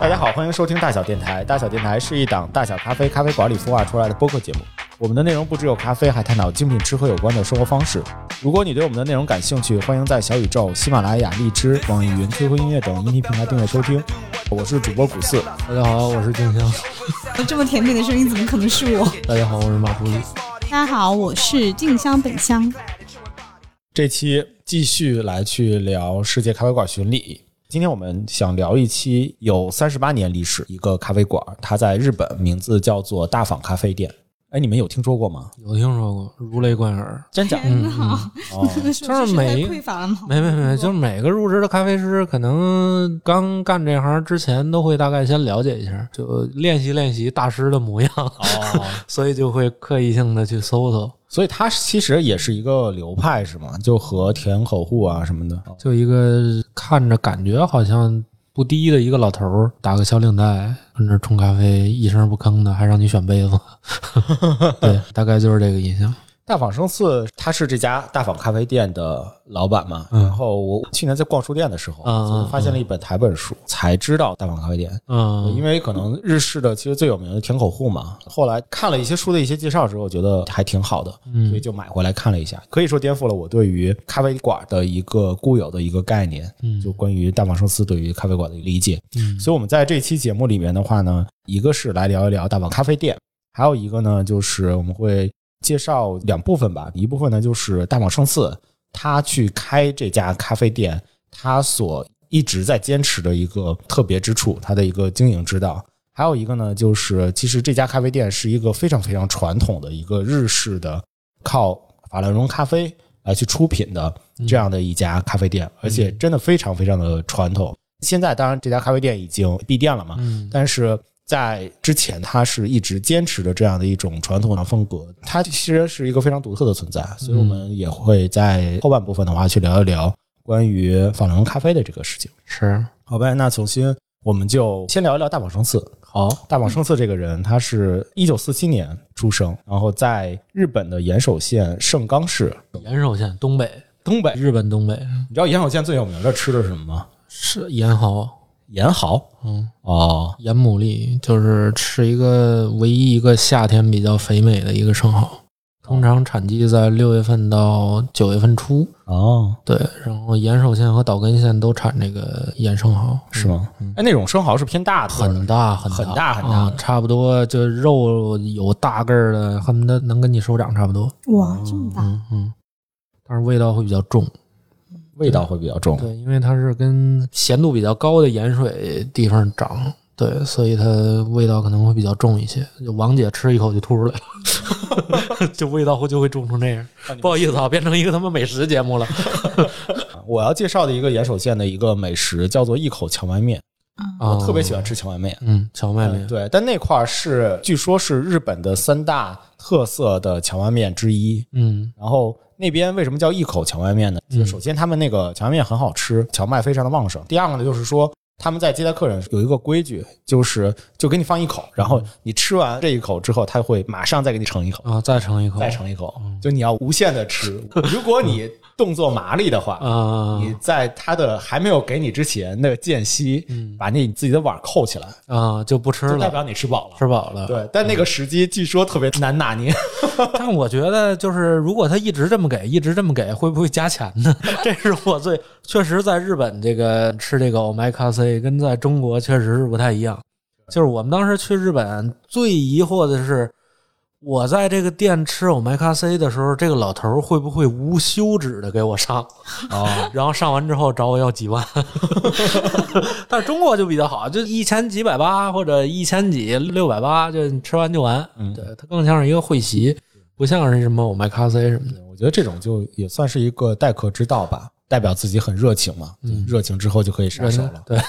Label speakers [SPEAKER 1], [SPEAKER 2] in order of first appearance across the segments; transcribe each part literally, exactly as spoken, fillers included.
[SPEAKER 1] 大家好，欢迎收听大小电台。大小电台是一档大小咖啡咖啡馆里孵化出来的播客节目。我们的内容不只有咖啡，还探讨精品吃喝有关的生活方式。如果你对我们的内容感兴趣，欢迎在小宇宙、喜马拉雅、荔枝、网易云、Q Q 音乐等音频平台订阅收听。我是主播古四。
[SPEAKER 2] 大家好，我是静香。
[SPEAKER 3] 这么甜美的声音怎么可能是我？
[SPEAKER 2] 大家好，我是马助理。
[SPEAKER 3] 大家好，我是静香本香。
[SPEAKER 1] 这期继续来去聊世界咖啡馆巡礼。今天我们想聊一期有三十八年历史一个咖啡馆，它在日本，名字叫做大坊咖啡店。哎，你们有听说过吗？
[SPEAKER 2] 有听说过，如雷贯耳。
[SPEAKER 1] 真假？
[SPEAKER 3] 天哪！
[SPEAKER 1] 哦、
[SPEAKER 2] 就是每
[SPEAKER 3] 匮乏了吗？
[SPEAKER 2] 没没没，就是每个入职的咖啡师，可能刚干这行之前都会大概先了解一下，就练习练习大师的模样。哦，所以就会刻意性的去搜搜。
[SPEAKER 1] 所以它其实也是一个流派是吗？就和田口户啊什么的，
[SPEAKER 2] 就一个看着感觉好像不低的一个老头，打个小领带跟着冲咖啡，一声不吭的，还让你选杯子。对，大概就是这个印象。
[SPEAKER 1] 大坊生次他是这家大坊咖啡店的老板嘛，嗯、然后我去年在逛书店的时候，嗯、发现了一本台本书，嗯、才知道大坊咖啡店。嗯，因为可能日式的其实最有名的田口户嘛，后来看了一些书的一些介绍之后，觉得还挺好的，嗯，所以就买回来看了一下，可以说颠覆了我对于咖啡馆的一个固有的一个概念，嗯，就关于大坊生次对于咖啡馆的理解。嗯，所以我们在这期节目里面的话呢，一个是来聊一聊大坊咖啡店，还有一个呢就是我们会介绍两部分吧，一部分呢就是大坊生次他去开这家咖啡店，他所一直在坚持的一个特别之处，他的一个经营之道。还有一个呢，就是其实这家咖啡店是一个非常非常传统的一个日式的靠法兰绒咖啡来去出品的这样的一家咖啡店，嗯、而且真的非常非常的传统。现在当然这家咖啡店已经闭店了嘛，嗯、但是在之前他是一直坚持的这样的一种传统的风格，它其实是一个非常独特的存在，所以我们也会在后半部分的话去聊一聊关于法兰绒咖啡的这个事情。
[SPEAKER 2] 是，
[SPEAKER 1] 好吧，那首先我们就先聊一聊大坊生次。好，大坊生次这个人他是一九四七年出生，然后在日本的岩手县盛冈市。
[SPEAKER 2] 岩手县东北，
[SPEAKER 1] 东北，
[SPEAKER 2] 日本东北。
[SPEAKER 1] 你知道岩手县最有名的吃的是什么吗？
[SPEAKER 2] 是盐蚝。
[SPEAKER 1] 盐蚝，嗯，哦，
[SPEAKER 2] 盐牡蛎就是吃一个唯一一个夏天比较肥美的一个生蚝，通常产季在六月份到九月份初。哦，对，然后岩手县和岛根县都产这个盐生蚝，
[SPEAKER 1] 是吗？哎、嗯，那种生蚝是偏大的，
[SPEAKER 2] 很大很大
[SPEAKER 1] 很大很大、
[SPEAKER 2] 啊，差不多就肉有大个儿的，恨不得能跟你手掌差不多。
[SPEAKER 3] 哇，这么大！
[SPEAKER 2] 嗯嗯，但是味道会比较重。
[SPEAKER 1] 味道会比较重，
[SPEAKER 2] 对，因为它是跟咸度比较高的盐水地方长，对，所以它味道可能会比较重一些。就王姐吃一口就吐出来了，就味道就会重成那样。不好意思啊，变成一个他妈美食节目了。
[SPEAKER 1] 我要介绍的一个岩手县的一个美食叫做一口荞麦面。我特别喜欢吃荞麦面，
[SPEAKER 2] 嗯，荞麦面、嗯、
[SPEAKER 1] 对，但那块是据说是日本的三大特色的荞麦面之一，嗯，然后那边为什么叫一口荞麦面呢？就首先他们那个荞麦面很好吃，荞麦非常的旺盛。第二个呢，就是说他们在接待客人有一个规矩，就是就给你放一口，然后你吃完这一口之后，他会马上再给你盛一口
[SPEAKER 2] 啊，再盛一口，
[SPEAKER 1] 再盛一口，就你要无限的吃。如果你动作麻利的话，啊，你在他的还没有给你之前，那个间隙，嗯，把你自己的碗扣起来
[SPEAKER 2] 啊，就不吃了，
[SPEAKER 1] 就代表你吃饱了，
[SPEAKER 2] 吃饱了。
[SPEAKER 1] 对，但那个时机据说特别难拿捏。
[SPEAKER 2] 但我觉得，就是如果他一直这么给，一直这么给，会不会加钱呢？这是我最确实在日本这个吃这个 omakase 跟在中国确实是不太一样。就是我们当时去日本最疑惑的是，我在这个店吃 omakase 的时候，这个老头会不会无休止的给我上？哦，然后上完之后找我要几万。但是中国就比较好，就一千几百八或者一千几六百八，就你吃完就完。嗯，对，它更像是一个会席，不像是什么 omakase 什么的。
[SPEAKER 1] 我觉得这种就也算是一个待客之道吧。代表自己很热情嘛，嗯，热情之后就可以杀手了。
[SPEAKER 2] 对，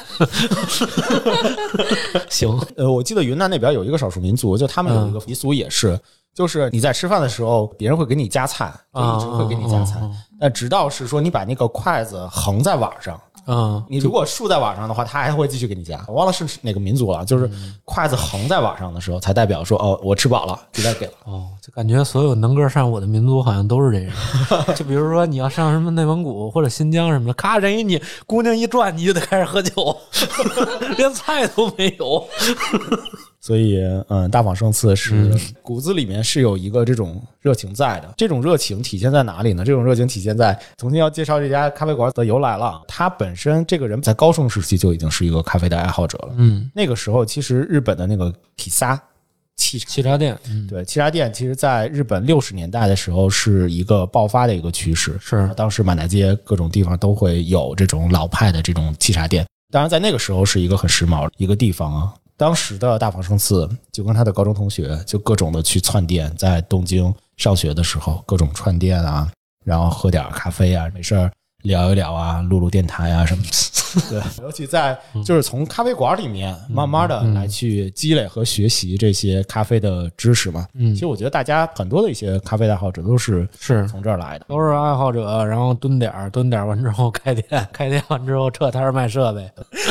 [SPEAKER 2] 行。
[SPEAKER 1] 呃，我记得云南那边有一个少数民族，就他们有一个习俗也是，嗯、就是你在吃饭的时候，别人会给你夹菜，就一直会给你夹菜，啊、但直到是说你把那个筷子横在碗上，
[SPEAKER 2] 嗯，
[SPEAKER 1] 你如果竖在瓦上的话，他还会继续给你加。我忘了是哪个民族了，就是筷子横在瓦上的时候，才代表说哦，我吃饱了，就该给了。
[SPEAKER 2] 哦，就感觉所有能歌善舞的民族好像都是这样。就比如说你要上什么内蒙古或者新疆什么的，咔，人一你姑娘一转，你就得开始喝酒，连菜都没有。
[SPEAKER 1] 所以，嗯，大仿生次是骨子里面是有一个这种热情在的。这种热情体现在哪里呢？这种热情体现在重新要介绍这家咖啡馆的由来了。他本身这个人在高中时期就已经是一个咖啡的爱好者了。
[SPEAKER 2] 嗯，
[SPEAKER 1] 那个时候其实日本的那个披萨沏
[SPEAKER 2] 沏茶店，嗯、
[SPEAKER 1] 对，沏茶店其实在日本六十年代的时候是一个爆发的一个趋势。
[SPEAKER 2] 是，
[SPEAKER 1] 当时满大街各种地方都会有这种老派的这种沏茶店。当然，在那个时候是一个很时髦的一个地方啊。当时的大仿生次就跟他的高中同学就各种的去窜店，在东京上学的时候各种串店啊，然后喝点咖啡啊，没事儿聊一聊啊，录录电台啊什么的。对，尤其在就是从咖啡馆里面慢慢的来去积累和学习这些咖啡的知识嘛。嗯，其实我觉得大家很多的一些咖啡爱好者都是是从这儿来的，
[SPEAKER 2] 都是爱好者，然后蹲点儿，蹲点儿完之后开店，开店完之后撤摊卖设备。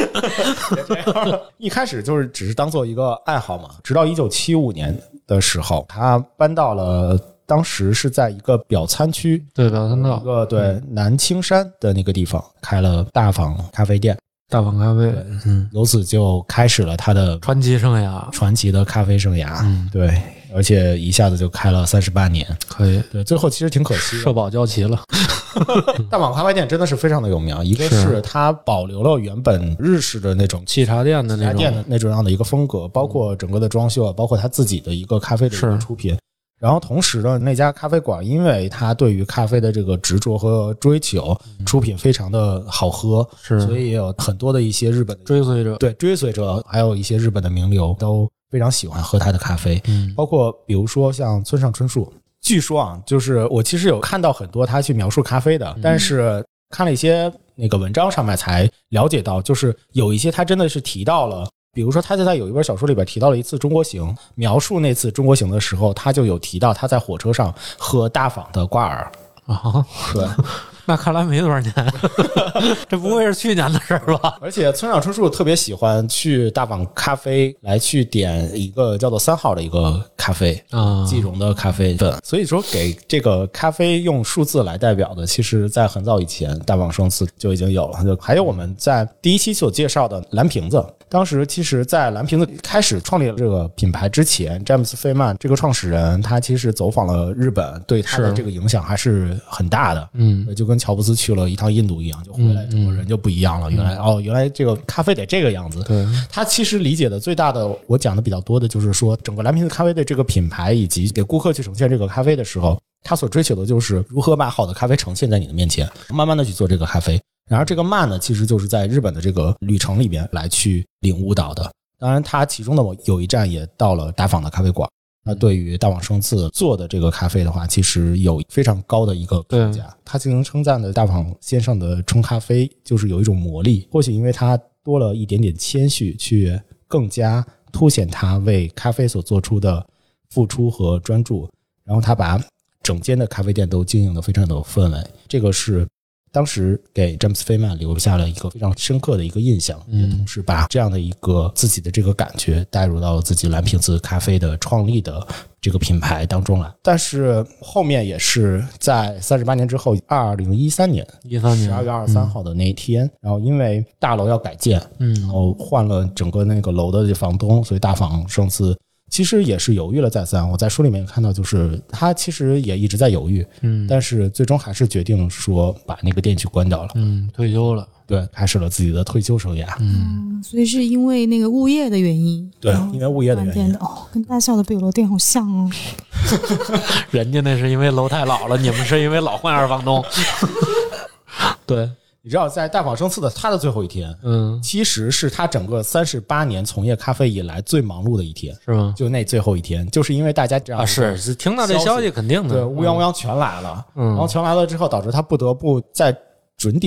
[SPEAKER 1] 一开始就是只是当做一个爱好嘛，直到一九七五年的时候，他搬到了。当时是在一个表参区，
[SPEAKER 2] 对表参道，
[SPEAKER 1] 一个对、嗯、南青山的那个地方开了大仿咖啡店，
[SPEAKER 2] 大仿咖啡，
[SPEAKER 1] 嗯，由此就开始了他的
[SPEAKER 2] 传奇生涯，
[SPEAKER 1] 传奇的咖啡生涯，嗯，对，而且一下子就开了三十八年，
[SPEAKER 2] 可以，
[SPEAKER 1] 对，最后其实挺可惜的，
[SPEAKER 2] 社保交齐了。
[SPEAKER 1] 大仿咖啡店真的是非常的有名，一个是它保留了原本日式的那种
[SPEAKER 2] 沏茶店的那种
[SPEAKER 1] 店的那种样的一个风格，包括整个的装修啊，包括他自己的一个咖啡的一个出品。然后同时呢，那家咖啡馆因为它对于咖啡的这个执着和追求，出品非常的好喝，
[SPEAKER 2] 是，
[SPEAKER 1] 所以也有很多的一些日本的
[SPEAKER 2] 追随者，
[SPEAKER 1] 对追随者，还有一些日本的名流都非常喜欢喝它的咖啡，嗯，包括比如说像村上春树，据说啊，就是我其实有看到很多他去描述咖啡的，但是看了一些那个文章上面才了解到，就是有一些他真的是提到了。比如说他就在有一本小说里边提到了一次中国行，描述那次中国行的时候，他就有提到他在火车上喝大仿的挂耳
[SPEAKER 2] 啊，
[SPEAKER 1] 对，
[SPEAKER 2] 那看来没多少年，这不会是去年的事儿吧？
[SPEAKER 1] 而且村上春树特别喜欢去大仿咖啡来去点一个叫做三号的一个咖啡啊，即溶的咖啡粉，所以说给这个咖啡用数字来代表的，其实在很早以前大仿生次就已经有了。就还有我们在第一期所介绍的蓝瓶子。当时其实在蓝瓶子开始创立这个品牌之前，詹姆斯·费曼这个创始人他其实走访了日本，对他的这个影响还是很大的，嗯，就跟乔布斯去了一趟印度一样，就回来中国人就不一样了，原来哦原来这个咖啡得这个样子。
[SPEAKER 2] 对，
[SPEAKER 1] 他其实理解的最大的，我讲的比较多的就是说，整个蓝瓶子咖啡的这个品牌以及给顾客去呈现这个咖啡的时候，他所追求的就是如何把好的咖啡呈现在你的面前，慢慢的去做这个咖啡。然而这个慢呢，其实就是在日本的这个旅程里边来去领悟到的。当然它其中的有一站也到了大仿的咖啡馆，那对于大仿生次做的这个咖啡的话，其实有非常高的一个评价。他进行称赞的大仿先生的冲咖啡就是有一种魔力，或许因为他多了一点点谦虚，去更加凸显他为咖啡所做出的付出和专注，然后他把整间的咖啡店都经营得非常的有氛围，这个是当时给詹姆斯·费曼留下了一个非常深刻的一个印象，也同时把这样的一个自己的这个感觉带入到自己蓝瓶子咖啡的创立的这个品牌当中来。但是后面也是在三十八年之后，二零一三年十二月二十三号的那一天，然后因为大楼要改建，嗯，然后换了整个那个楼的房东，所以大仿生次其实也是犹豫了再三。我在书里面看到，就是他其实也一直在犹豫，嗯，但是最终还是决定说把那个店去关掉了，
[SPEAKER 2] 嗯，退休了，
[SPEAKER 1] 对，开始了自己的退休生涯，
[SPEAKER 3] 嗯，所以是因为那个物业的原因，
[SPEAKER 1] 对，因为物业的原因，
[SPEAKER 3] 哦，跟大校的北楼店好像哦，
[SPEAKER 2] 人家那是因为楼太老了，你们是因为老换二房东，对。
[SPEAKER 1] 你知道在大仿生次的他的最后一天，嗯，其实是他整个三十八年从业咖啡以来最忙碌的一天，
[SPEAKER 2] 是吗？
[SPEAKER 1] 就那最后一天，就是因为大家这样
[SPEAKER 2] 啊，是是听到这消息肯定的，
[SPEAKER 1] 对，乌泱乌泱全来了，嗯，然后全来了之后，导致他不得不在准点儿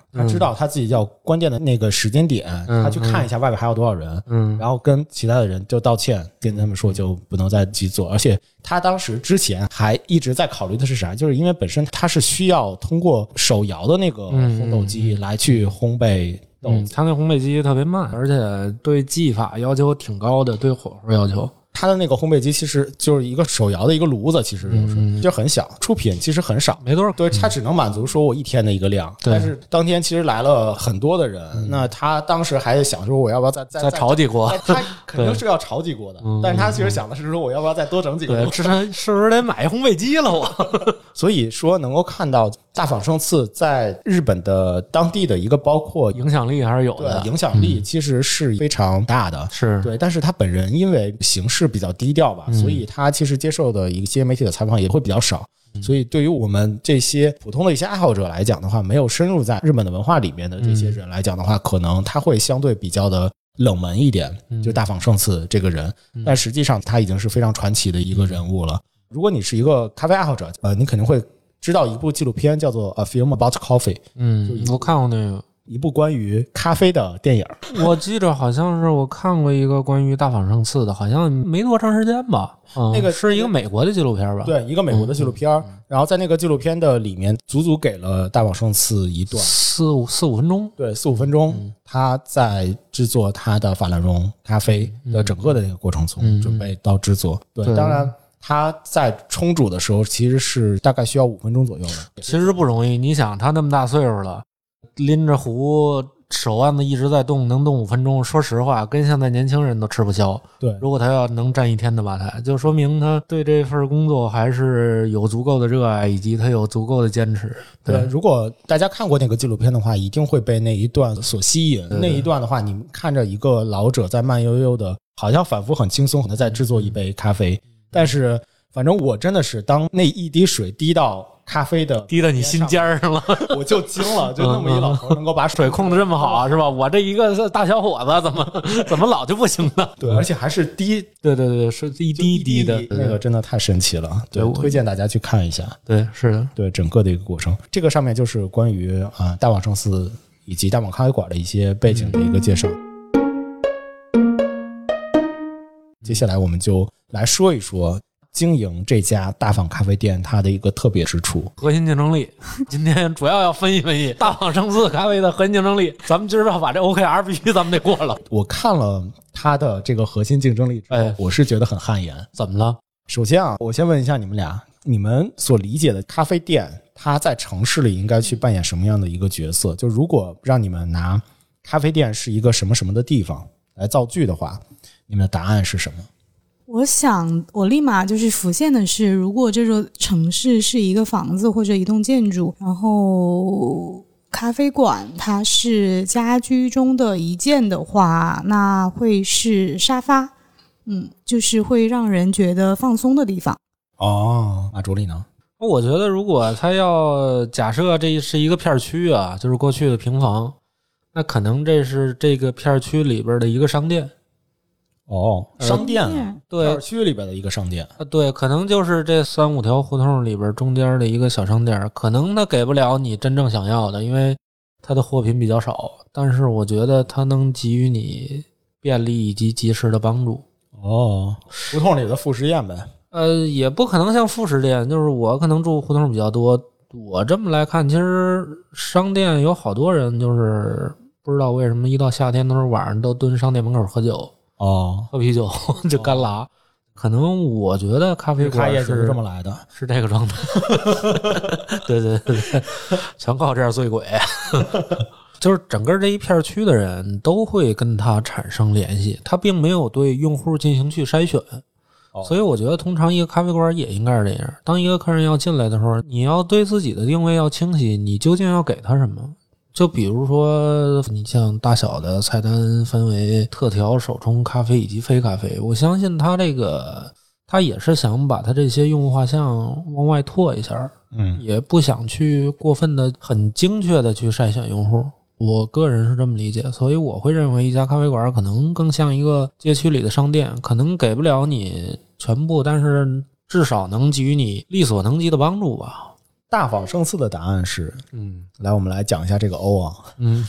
[SPEAKER 1] 他知道他自己要关店的那个时间点，
[SPEAKER 2] 嗯、
[SPEAKER 1] 他去看一下外边还有多少人，
[SPEAKER 2] 嗯，
[SPEAKER 1] 然后跟其他的人就道歉，跟他们说就不能再继续做。而且他当时之前还一直在考虑的是啥，就是因为本身他是需要通过手摇的那个烘豆机来去烘焙豆子，
[SPEAKER 2] 嗯，他那烘焙机特别慢，而且对技法要求挺高的，对火候要求。
[SPEAKER 1] 它的那个烘焙机其实就是一个手摇的一个炉子，其实就是、嗯、就很小，出品其实很少，
[SPEAKER 2] 没多少。
[SPEAKER 1] 对，它只能满足说我一天的一个量。但是当天其实来了很多的人，嗯、那他当时还想说我要不要再再
[SPEAKER 2] 再炒几锅？
[SPEAKER 1] 他肯定是要炒几锅的，但是他其实想的是说我要不要再多整几锅？
[SPEAKER 2] 对，是是不是得买烘焙机了我？
[SPEAKER 1] 所以说能够看到大仿圣次在日本的当地的一个包括
[SPEAKER 2] 影响力还是有的，
[SPEAKER 1] 对，影响力其实是非常大的，
[SPEAKER 2] 是、
[SPEAKER 1] 嗯、对。但是他本人因为行事比较低调吧。所以他其实接受的一些媒体的采访也会比较少，所以对于我们这些普通的一些爱好者来讲的话，没有深入在日本的文化里面的这些人来讲的话，可能他会相对比较的冷门一点，就大仿圣次这个人，但实际上他已经是非常传奇的一个人物了。如果你是一个咖啡爱好者，呃，你肯定会知道一部纪录片叫做《A Film About Coffee》，
[SPEAKER 2] 嗯，我看过那个。
[SPEAKER 1] 一部关于咖啡的电影，
[SPEAKER 2] 我记着好像是我看过一个关于大仿圣次的，好像没多长时间吧。嗯、
[SPEAKER 1] 那个
[SPEAKER 2] 是一个美国的纪录片吧？
[SPEAKER 1] 对，一个美国的纪录片。嗯、然后在那个纪录片的里面，足足给了大仿圣次一段
[SPEAKER 2] 四五四五分钟，
[SPEAKER 1] 对，四五分钟，嗯、他在制作他的法兰绒咖啡的整个的那个过程，从准备到制作。嗯、对，对，当然。他在冲煮的时候其实是大概需要五分钟左右的，
[SPEAKER 2] 其实不容易。你想他那么大岁数了，拎着壶手腕子一直在动，能动五分钟，说实话跟现在年轻人都吃不消。
[SPEAKER 1] 对，
[SPEAKER 2] 如果他要能站一天的吧台，就说明他对这份工作还是有足够的热爱，以及他有足够的坚持。
[SPEAKER 1] 对, 对，如果大家看过那个纪录片的话，一定会被那一段所吸引。那一段的话，你们看着一个老者在慢悠悠的，好像反复很轻松的在制作一杯咖啡，但是反正我真的是当那一滴水滴到咖啡的
[SPEAKER 2] 滴到你心尖上了，
[SPEAKER 1] 我就惊了，就那么一老头能够把
[SPEAKER 2] 水控得这么好啊，是吧？我这一个大小伙子怎么怎么老就不行呢？
[SPEAKER 1] 对，而且还是滴，
[SPEAKER 2] 对对对，是一滴一滴的，
[SPEAKER 1] 那个真的太神奇了。对，推荐大家去看一下。
[SPEAKER 2] 对，是的，
[SPEAKER 1] 对整个的一个过程，这个上面就是关于啊、呃、大仿圣次以及大仿咖啡馆的一些背景的一个介绍。接下来我们就来说一说经营这家大仿咖啡店它的一个特别之处，
[SPEAKER 2] 核心竞争力。今天主要要分析分析大仿圣次咖啡的核心竞争力。咱们今儿要把这 O K R 必须咱们得过了。
[SPEAKER 1] 我看了它的这个核心竞争力之后、哎、我是觉得很汗颜。
[SPEAKER 2] 怎么了？
[SPEAKER 1] 首先啊，我先问一下你们俩，你们所理解的咖啡店它在城市里应该去扮演什么样的一个角色？就如果让你们拿咖啡店是一个什么什么的地方来造句的话，你们的答案是什么？
[SPEAKER 3] 我想我立马就是浮现的是，如果这座城市是一个房子或者一栋建筑，然后咖啡馆它是家居中的一件的话，那会是沙发，嗯，就是会让人觉得放松的地方。
[SPEAKER 1] 哦，马助理呢？
[SPEAKER 2] 我觉得如果他要假设这是一个片区啊，就是过去的平房，那可能这是这个片区里边的一个商店。
[SPEAKER 1] 哦，商店、啊，
[SPEAKER 2] 对，
[SPEAKER 1] 片区里边的一个商店，
[SPEAKER 2] 对，可能就是这三五条胡同里边中间的一个小商店，可能它给不了你真正想要的，因为它的货品比较少，但是我觉得它能给予你便利以及及时的帮助。
[SPEAKER 1] 哦，胡同里的副食店呗？
[SPEAKER 2] 呃，也不可能像副食店，就是我可能住胡同比较多，我这么来看，其实商店有好多人就是不知道为什么一到夏天都是晚上都蹲商店门口喝酒。
[SPEAKER 1] 哦，
[SPEAKER 2] 喝啤酒就干拉、哦，可能我觉得咖啡馆
[SPEAKER 1] 是这么来的，
[SPEAKER 2] 是这个状态。对对对对，全靠这样醉鬼。就是整个这一片区的人都会跟他产生联系，他并没有对用户进行去筛选。哦、所以我觉得通常一个咖啡馆也应该是这样，当一个客人要进来的时候，你要对自己的定位要清晰，你究竟要给他什么。就比如说你像大小的菜单分为特调、手冲咖啡以及非咖啡，我相信他这个他也是想把他这些用户画像往外拓一下，嗯，也不想去过分的很精确的去筛选用户，我个人是这么理解。所以我会认为一家咖啡馆可能更像一个街区里的商店，可能给不了你全部，但是至少能给予你力所能及的帮助吧。
[SPEAKER 1] 大仿胜次的答案是，嗯，来，我们来讲一下这个 O 啊，嗯，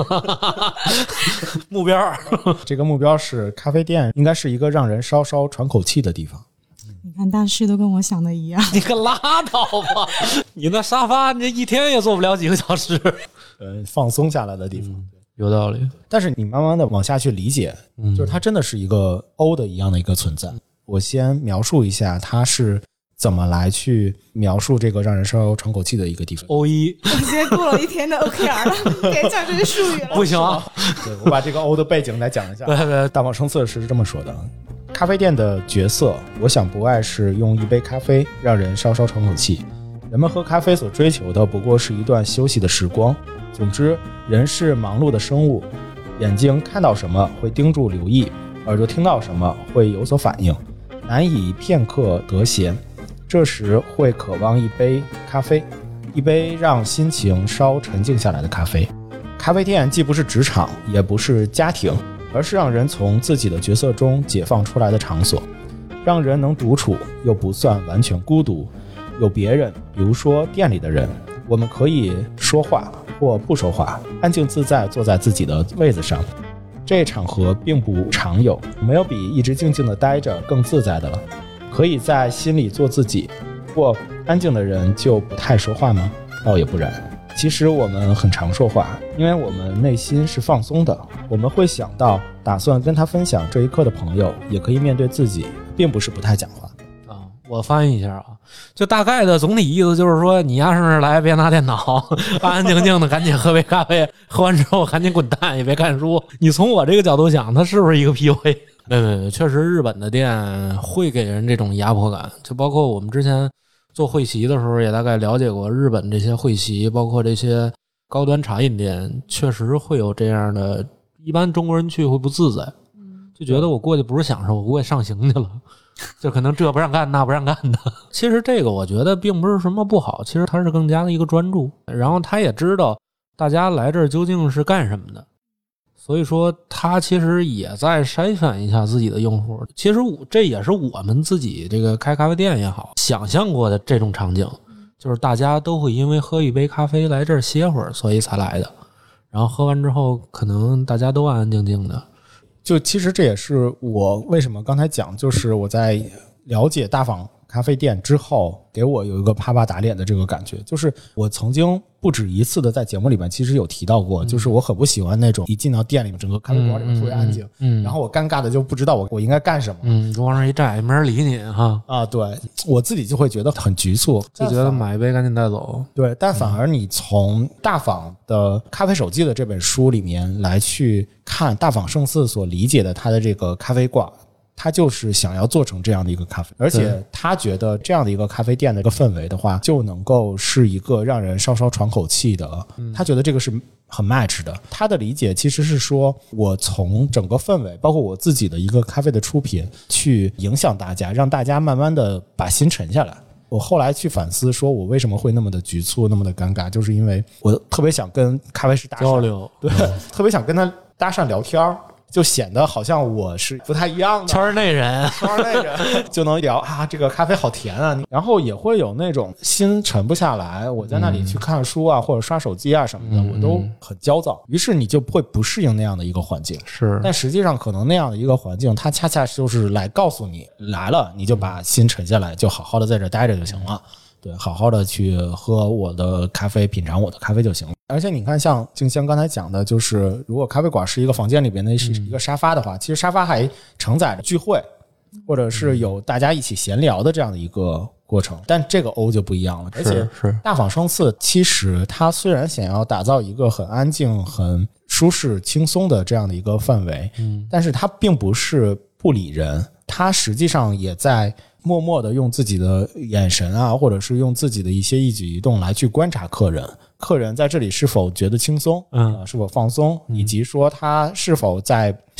[SPEAKER 2] 目标，
[SPEAKER 1] 这个目标是咖啡店应该是一个让人稍稍喘口气的地方。
[SPEAKER 3] 你看大师都跟我想的一样，
[SPEAKER 2] 你可拉倒吧！你那沙发，你一天也坐不了几个小时。
[SPEAKER 1] 呃，放松下来的地方，嗯、
[SPEAKER 2] 有道理。
[SPEAKER 1] 但是你慢慢的往下去理解，嗯、就是它真的是一个 O 的一样的一个存在。我先描述一下它是怎么来去描述这个让人稍稍喘口气的一个地方。
[SPEAKER 2] O 一，
[SPEAKER 3] 我直接过了一天的 O K R 了，该讲这个术语了。
[SPEAKER 2] 不行，
[SPEAKER 1] 对，我把这个 O 的背景来讲一下。对对，大仿胜次是这么说的：咖啡店的角色，我想不外是用一杯咖啡让人稍稍喘口气。人们喝咖啡所追求的不过是一段休息的时光。总之，人是忙碌的生物，眼睛看到什么会盯住留意，耳朵听到什么会有所反应，难以片刻得闲。这时会渴望一杯咖啡，一杯让心情稍沉静下来的咖啡。咖啡店既不是职场，也不是家庭，而是让人从自己的角色中解放出来的场所，让人能独处，又不算完全孤独。有别人，比如说店里的人，我们可以说话或不说话，安静自在坐在自己的位子上。这场合并不常有，没有比一直静静的待着更自在的了。可以在心里做自己，或安静的人就不太说话吗？倒也不然。其实我们很常说话，因为我们内心是放松的。我们会想到打算跟他分享这一刻的朋友，也可以面对自己，并不是不太讲话。
[SPEAKER 2] 啊，我翻译一下啊，就大概的总体意思就是说，你要是来别拿电脑，安安静静的赶紧喝杯咖啡，喝完之后赶紧滚蛋，也别看书。你从我这个角度想，它是不是一个 P U A？对对对，确实日本的店会给人这种压迫感，就包括我们之前做会席的时候也大概了解过日本这些会席，包括这些高端茶饮店，确实会有这样的，一般中国人去会不自在，就觉得我过去不是享受，我过去上刑去了，就可能这不让干那不让干的。其实这个我觉得并不是什么不好，其实它是更加的一个专注，然后他也知道大家来这儿究竟是干什么的，所以说他其实也在筛选一下自己的用户。其实这也是我们自己这个开咖啡店也好想象过的这种场景，就是大家都会因为喝一杯咖啡来这儿歇会儿，所以才来的，然后喝完之后可能大家都安安静静的。
[SPEAKER 1] 就其实这也是我为什么刚才讲，就是我在了解大仿咖啡店之后给我有一个啪啪打脸的这个感觉，就是我曾经不止一次的在节目里面其实有提到过，就是我很不喜欢那种一进到店里面整个咖啡馆里面特别安静，嗯，然后我尴尬的就不知道我我应该干什么，
[SPEAKER 2] 嗯，往上一站也没人理你哈，
[SPEAKER 1] 啊，对，我自己就会觉得很局促，
[SPEAKER 2] 就觉得买一杯赶紧带走，
[SPEAKER 1] 对，但反而你从大仿的咖啡手记的这本书里面来去看大仿胜次所理解的他的这个咖啡馆，他就是想要做成这样的一个咖啡，而且他觉得这样的一个咖啡店的一个氛围的话，就能够是一个让人稍稍喘口气的，他觉得这个是很 match 的。他的理解其实是说，我从整个氛围，包括我自己的一个咖啡的出品，去影响大家，让大家慢慢的把心沉下来。我后来去反思，说我为什么会那么的局促，那么的尴尬，就是因为我特别想跟咖啡师搭讪
[SPEAKER 2] 交流，
[SPEAKER 1] 对，特别想跟他搭讪聊天，就显得好像我是不太一样的
[SPEAKER 2] 圈内人，
[SPEAKER 1] 圈内人就能聊啊，这个咖啡好甜啊，然后也会有那种心沉不下来，我在那里去看书啊，或者刷手机啊什么的，我都很焦躁，于是你就会不适应那样的一个环境。
[SPEAKER 2] 是，
[SPEAKER 1] 但实际上可能那样的一个环境，它恰恰就是来告诉你，来了你就把心沉下来，就好好的在这待着就行了。对，好好的去喝我的咖啡，品尝我的咖啡就行了。而且你看，像静香刚才讲的，就是如果咖啡馆是一个房间里边的是一个沙发的话，其实沙发还承载着聚会，或者是有大家一起闲聊的这样的一个过程。但这个欧就不一样了，而且大仿胜次其实它虽然想要打造一个很安静、很舒适、轻松的这样的一个氛围，嗯，但是它并不是不理人，它实际上也在默默的用自己的眼神啊，或者是用自己的一些一举一动来去观察客人，客人在这里是否觉得轻松，嗯、呃，是否放松，以及说他是否在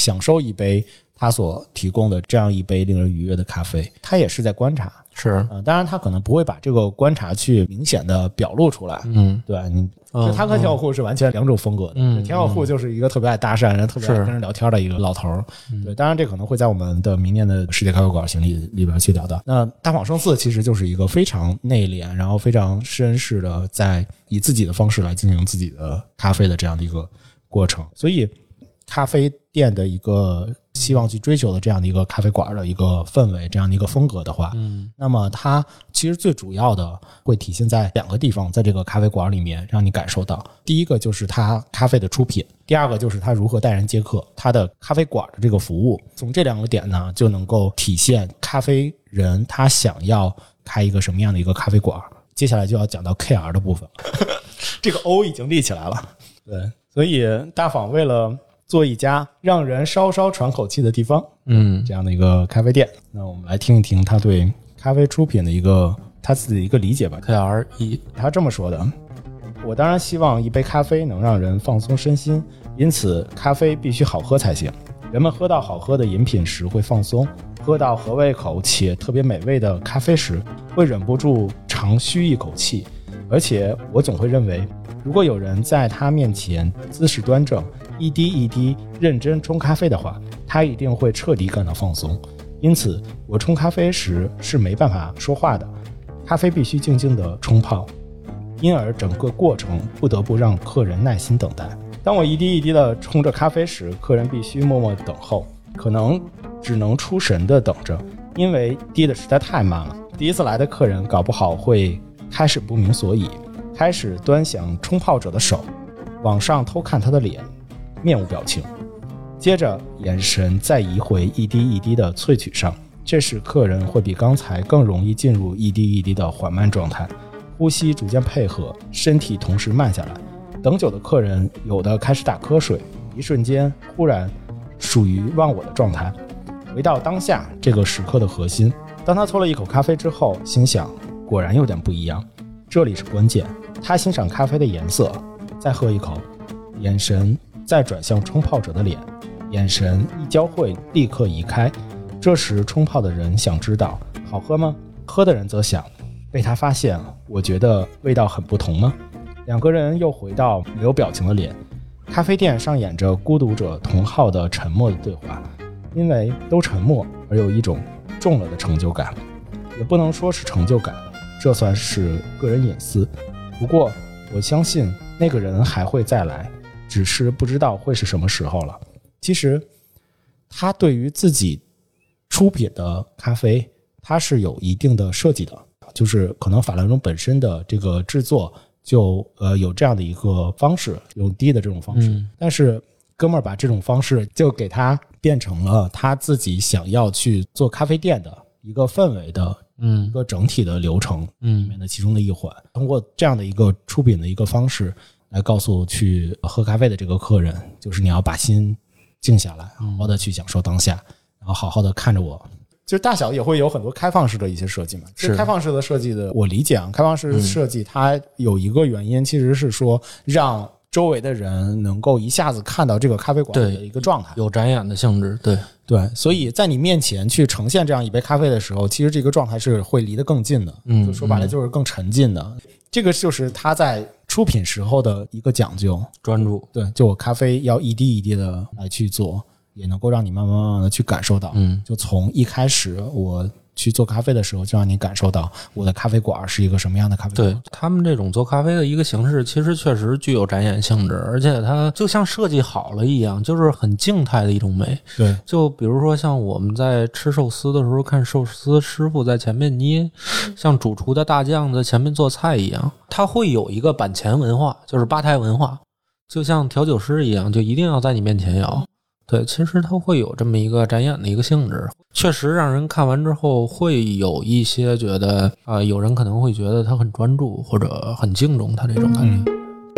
[SPEAKER 1] 享受一杯他所提供的这样一杯令人愉悦的咖啡，他也是在观察。
[SPEAKER 2] 是、
[SPEAKER 1] 呃、当然他可能不会把这个观察去明显的表露出来。
[SPEAKER 2] 嗯，
[SPEAKER 1] 对，你就他和田小户是完全两种风格的。嗯，田小户就是一个特别爱搭讪人、特别爱跟人聊天的一个老头儿。对，当然这可能会在我们的明年的世界咖啡馆行里里边去聊到。那大仿生寺其实就是一个非常内敛，然后非常绅士的，在以自己的方式来进行自己的咖啡的这样的一个过程。所以咖啡店的一个希望去追求的这样的一个咖啡馆的一个氛围，这样的一个风格的话，嗯，那么它其实最主要的会体现在两个地方，在这个咖啡馆里面让你感受到。第一个就是它咖啡的出品，第二个就是它如何待人接客，它的咖啡馆的这个服务。从这两个点呢，就能够体现咖啡人他想要开一个什么样的一个咖啡馆。接下来就要讲到 K R 的部分，这个 O 已经立起来了。对，所以大仿为了做一家让人稍稍喘口气的地方，嗯，这样的一个咖啡店，那我们来听一听他对咖啡出品的一个他自己的一个理解吧。
[SPEAKER 2] K R 一，
[SPEAKER 1] 他这么说的：我当然希望一杯咖啡能让人放松身心，因此咖啡必须好喝才行。人们喝到好喝的饮品时会放松，喝到合胃口且特别美味的咖啡时会忍不住长吁一口气。而且我总会认为，如果有人在他面前姿势端正，一滴一滴认真冲咖啡的话，他一定会彻底感到放松。因此我冲咖啡时是没办法说话的，咖啡必须静静地冲泡，因而整个过程不得不让客人耐心等待。当我一滴一滴地冲着咖啡时，客人必须默默等候，可能只能出神地等着，因为滴得实在太慢了。第一次来的客人搞不好会开始不明所以，开始端详冲泡者的手，往上偷看他的脸，面无表情，接着眼神再移回一滴一滴的萃取上，这时客人会比刚才更容易进入一滴一滴的缓慢状态，呼吸逐渐配合，身体同时慢下来。等久的客人有的开始打瞌睡，一瞬间忽然属于忘我的状态，回到当下这个时刻的核心。当他搓了一口咖啡之后，心想果然有点不一样，这里是关键。他欣赏咖啡的颜色，再喝一口，眼神再转向冲泡者的脸，眼神一交汇立刻移开。这时冲泡的人想知道好喝吗？喝的人则想被他发现，我觉得味道很不同吗？两个人又回到没有表情的脸。咖啡店上演着孤独者同号的沉默的对话，因为都沉默而有一种中了的成就感，也不能说是成就感，这算是个人隐私。不过我相信那个人还会再来，只是不知道会是什么时候了。其实他对于自己出品的咖啡，他是有一定的设计的，就是可能法兰绒本身的这个制作就呃有这样的一个方式，用滴的这种方式、嗯、但是哥们儿把这种方式就给他变成了他自己想要去做咖啡店的一个氛围的一个整体的流程里面的其中的一环、嗯、通过这样的一个出品的一个方式来告诉去喝咖啡的这个客人，就是你要把心静下来，好好的去享受当下，然后好好的看着我。就是大小也会有很多开放式的一些设计嘛。是开放式的设计的，我理解啊，开放式设计它有一个原因，其实是说让周围的人能够一下子看到这个咖啡馆的一个状态，
[SPEAKER 2] 有展演的性质。对
[SPEAKER 1] 对，所以在你面前去呈现这样一杯咖啡的时候，其实这个状态是会离得更近的，嗯，就说白了就是更沉浸的。嗯、这个就是他在出品时候的一个讲究，
[SPEAKER 2] 专注。
[SPEAKER 1] 对，就我咖啡要一滴一滴的来去做。也能够让你慢慢慢慢的去感受到，嗯，就从一开始我去做咖啡的时候，就让你感受到我的咖啡馆是一个什么样的咖啡馆。
[SPEAKER 2] 对，他们这种做咖啡的一个形式，其实确实具有展演性质，而且它就像设计好了一样，就是很静态的一种美。
[SPEAKER 1] 对，
[SPEAKER 2] 就比如说像我们在吃寿司的时候，看寿司师傅在前面捏，像主厨的大将在前面做菜一样，他会有一个板前文化，就是吧台文化，就像调酒师一样，就一定要在你面前摇。对，其实它会有这么一个展演的一个性质，确实让人看完之后会有一些觉得啊、呃，有人可能会觉得他很专注或者很敬重他这种感觉。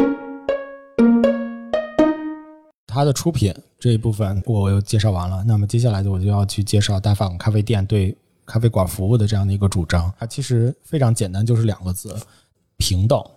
[SPEAKER 1] 他的出品这一部分我又介绍完了，那么接下来我就要去介绍大仿咖啡店对咖啡馆服务的这样的一个主张。它其实非常简单，就是两个字：平等。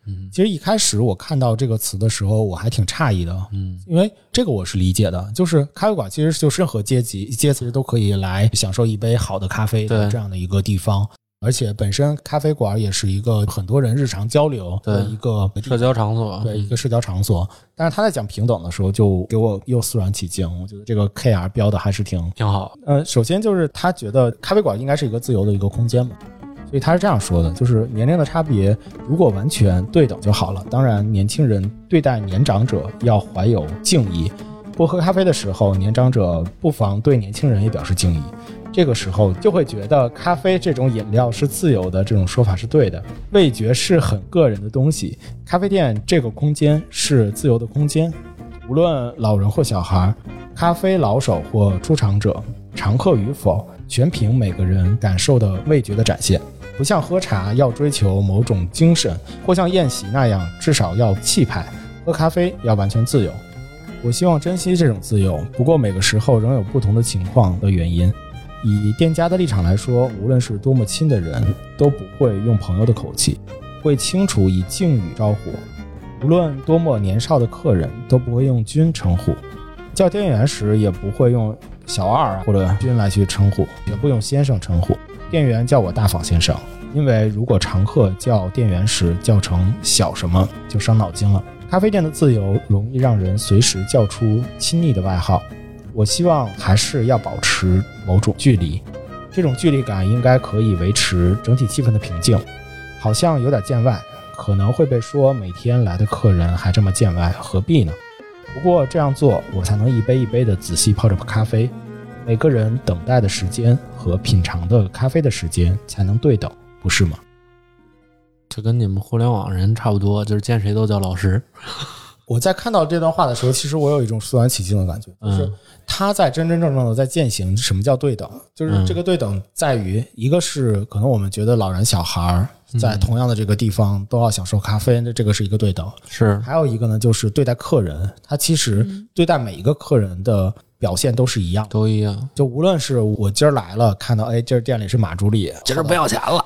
[SPEAKER 1] 嗯，其实一开始我看到这个词的时候，我还挺诧异的，嗯，因为这个我是理解的，就是咖啡馆其实就是任何阶级阶级都可以来享受一杯好的咖啡的这样的一个地方。而且本身咖啡馆也是一个很多人日常交流的一个
[SPEAKER 2] 社交场所，
[SPEAKER 1] 对，一个社交场所。但是他在讲平等的时候，就给我又肃然起敬。我觉得这个 K R 标的还是挺
[SPEAKER 2] 挺好。
[SPEAKER 1] 呃，首先就是他觉得咖啡馆应该是一个自由的一个空间嘛，所以他是这样说的，就是年龄的差别如果完全对等就好了。当然，年轻人对待年长者要怀有敬意，不喝咖啡的时候，年长者不妨对年轻人也表示敬意。这个时候就会觉得咖啡这种饮料是自由的，这种说法是对的。味觉是很个人的东西，咖啡店这个空间是自由的空间，无论老人或小孩，咖啡老手或出场者，常客与否，全凭每个人感受的味觉的展现。不像喝茶要追求某种精神，或像宴席那样至少要气派，喝咖啡要完全自由。我希望珍惜这种自由，不过每个时候仍有不同的情况的原因。以店家的立场来说，无论是多么亲的人，都不会用朋友的口气，会清楚以敬语招呼。无论多么年少的客人，都不会用君称呼。叫店员时也不会用小二或者君来去称呼，也不用先生称呼。店员叫我大访先生，因为如果常客叫店员时叫成小什么，就伤脑筋了。咖啡店的自由容易让人随时叫出亲昵的外号。我希望还是要保持某种距离，这种距离感应该可以维持整体气氛的平静。好像有点见外，可能会被说每天来的客人还这么见外，何必呢？不过这样做，我才能一杯一杯的仔细泡着咖啡，每个人等待的时间和品尝的咖啡的时间才能对等，不是吗？
[SPEAKER 2] 这跟你们互联网人差不多，就是见谁都叫老师。
[SPEAKER 1] 我在看到这段话的时候，其实我有一种肃然起敬的感觉，就是他在真真正正的在践行什么叫对等。就是这个对等在于，一个是可能我们觉得老人小孩在同样的这个地方都要享受咖啡，这个是一个对等。
[SPEAKER 2] 是，
[SPEAKER 1] 还有一个呢，就是对待客人，他其实对待每一个客人的表现都是一样，
[SPEAKER 2] 都一样。
[SPEAKER 1] 就无论是我今儿来了，看到哎，今儿店里是马助理，
[SPEAKER 2] 今儿不要钱了，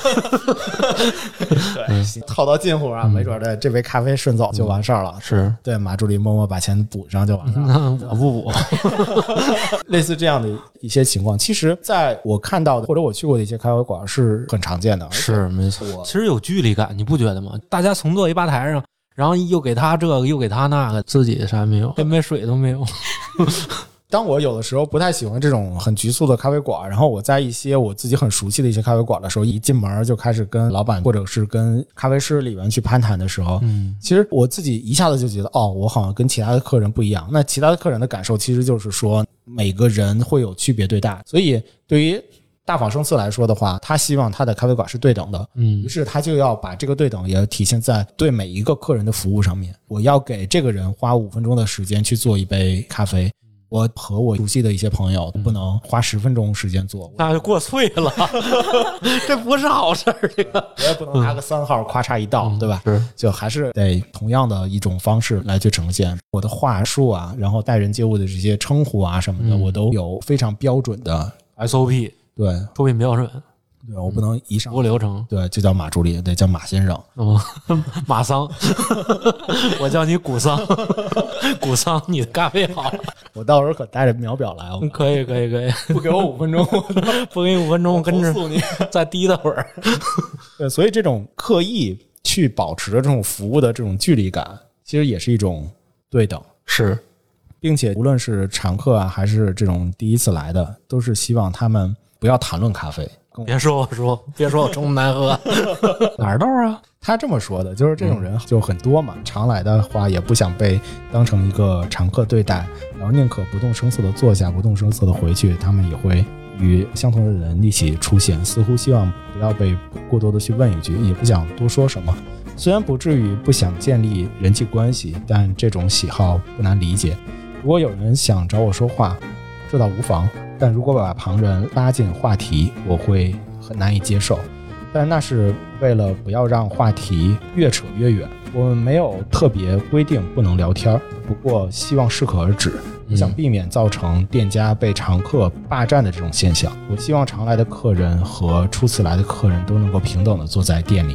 [SPEAKER 1] 对，套到近乎啊，没准的这杯咖啡顺走就完事儿了。
[SPEAKER 2] 是，
[SPEAKER 1] 对，马助理默默把钱补上就完事了。
[SPEAKER 2] 我不补，
[SPEAKER 1] 类似这样的一些情况，其实在我看到的或者我去过的一些咖啡馆是很常见的。
[SPEAKER 2] 是没错，其实有距离感，你不觉得吗？大家从坐一吧台上，然后又给他这个又给他那个，自己啥没有，连杯水都没有。
[SPEAKER 1] 当我有的时候不太喜欢这种很局促的咖啡馆，然后我在一些我自己很熟悉的一些咖啡馆的时候，一进门就开始跟老板或者是跟咖啡师里面去攀谈的时候，嗯，其实我自己一下子就觉得，哦，我好像跟其他的客人不一样。那其他的客人的感受其实就是说，每个人会有区别对待，所以对于大访生次来说的话，他希望他的咖啡馆是对等的，嗯，于是他就要把这个对等也体现在对每一个客人的服务上面。我要给这个人花五分钟的时间去做一杯咖啡，我和我熟悉的一些朋友不能花十分钟时间做，
[SPEAKER 2] 那就过脆了，这不是好事儿。这个
[SPEAKER 1] 我也不能拿个三号咔嚓一倒，嗯、对吧？
[SPEAKER 2] 是，
[SPEAKER 1] 就还是得同样的一种方式来去呈现我的话术啊，然后待人接物的这些称呼啊什么的，嗯、我都有非常标准的
[SPEAKER 2] S O P。
[SPEAKER 1] 对，
[SPEAKER 2] 出品标准，
[SPEAKER 1] 对，我不能一上
[SPEAKER 2] 服务流程，
[SPEAKER 1] 对，就叫马助理，对，叫马先生，
[SPEAKER 2] 哦，马桑，我叫你古桑，古桑，你的咖啡好，
[SPEAKER 1] 我到时候可带着秒表来，
[SPEAKER 2] 可以，可以，可以，
[SPEAKER 1] 不给我五分钟，
[SPEAKER 2] 不给你五分钟，我跟着
[SPEAKER 1] 你
[SPEAKER 2] 再滴答会儿，
[SPEAKER 1] 对，所以这种刻意去保持着这种服务的这种距离感，其实也是一种对等，
[SPEAKER 2] 是。
[SPEAKER 1] 并且无论是常客啊，还是这种第一次来的，都是希望他们不要谈论咖啡。
[SPEAKER 2] 别说我说，别说我这么难喝，哪儿豆啊？
[SPEAKER 1] 他这么说的，就是这种人就很多嘛。嗯、常来的话，也不想被当成一个常客对待，然后宁可不动声色的坐下，不动声色的回去。他们也会与相同的人一起出现，似乎希望不要被过多的去问一句，也不想多说什么。虽然不至于不想建立人际关系，但这种喜好不难理解。如果有人想找我说话，这倒无妨，但如果把旁人拉进话题，我会很难以接受。但那是为了不要让话题越扯越远。我们没有特别规定不能聊天，不过希望适可而止，不想避免造成店家被常客霸占的这种现象。我希望常来的客人和初次来的客人都能够平等地坐在店里。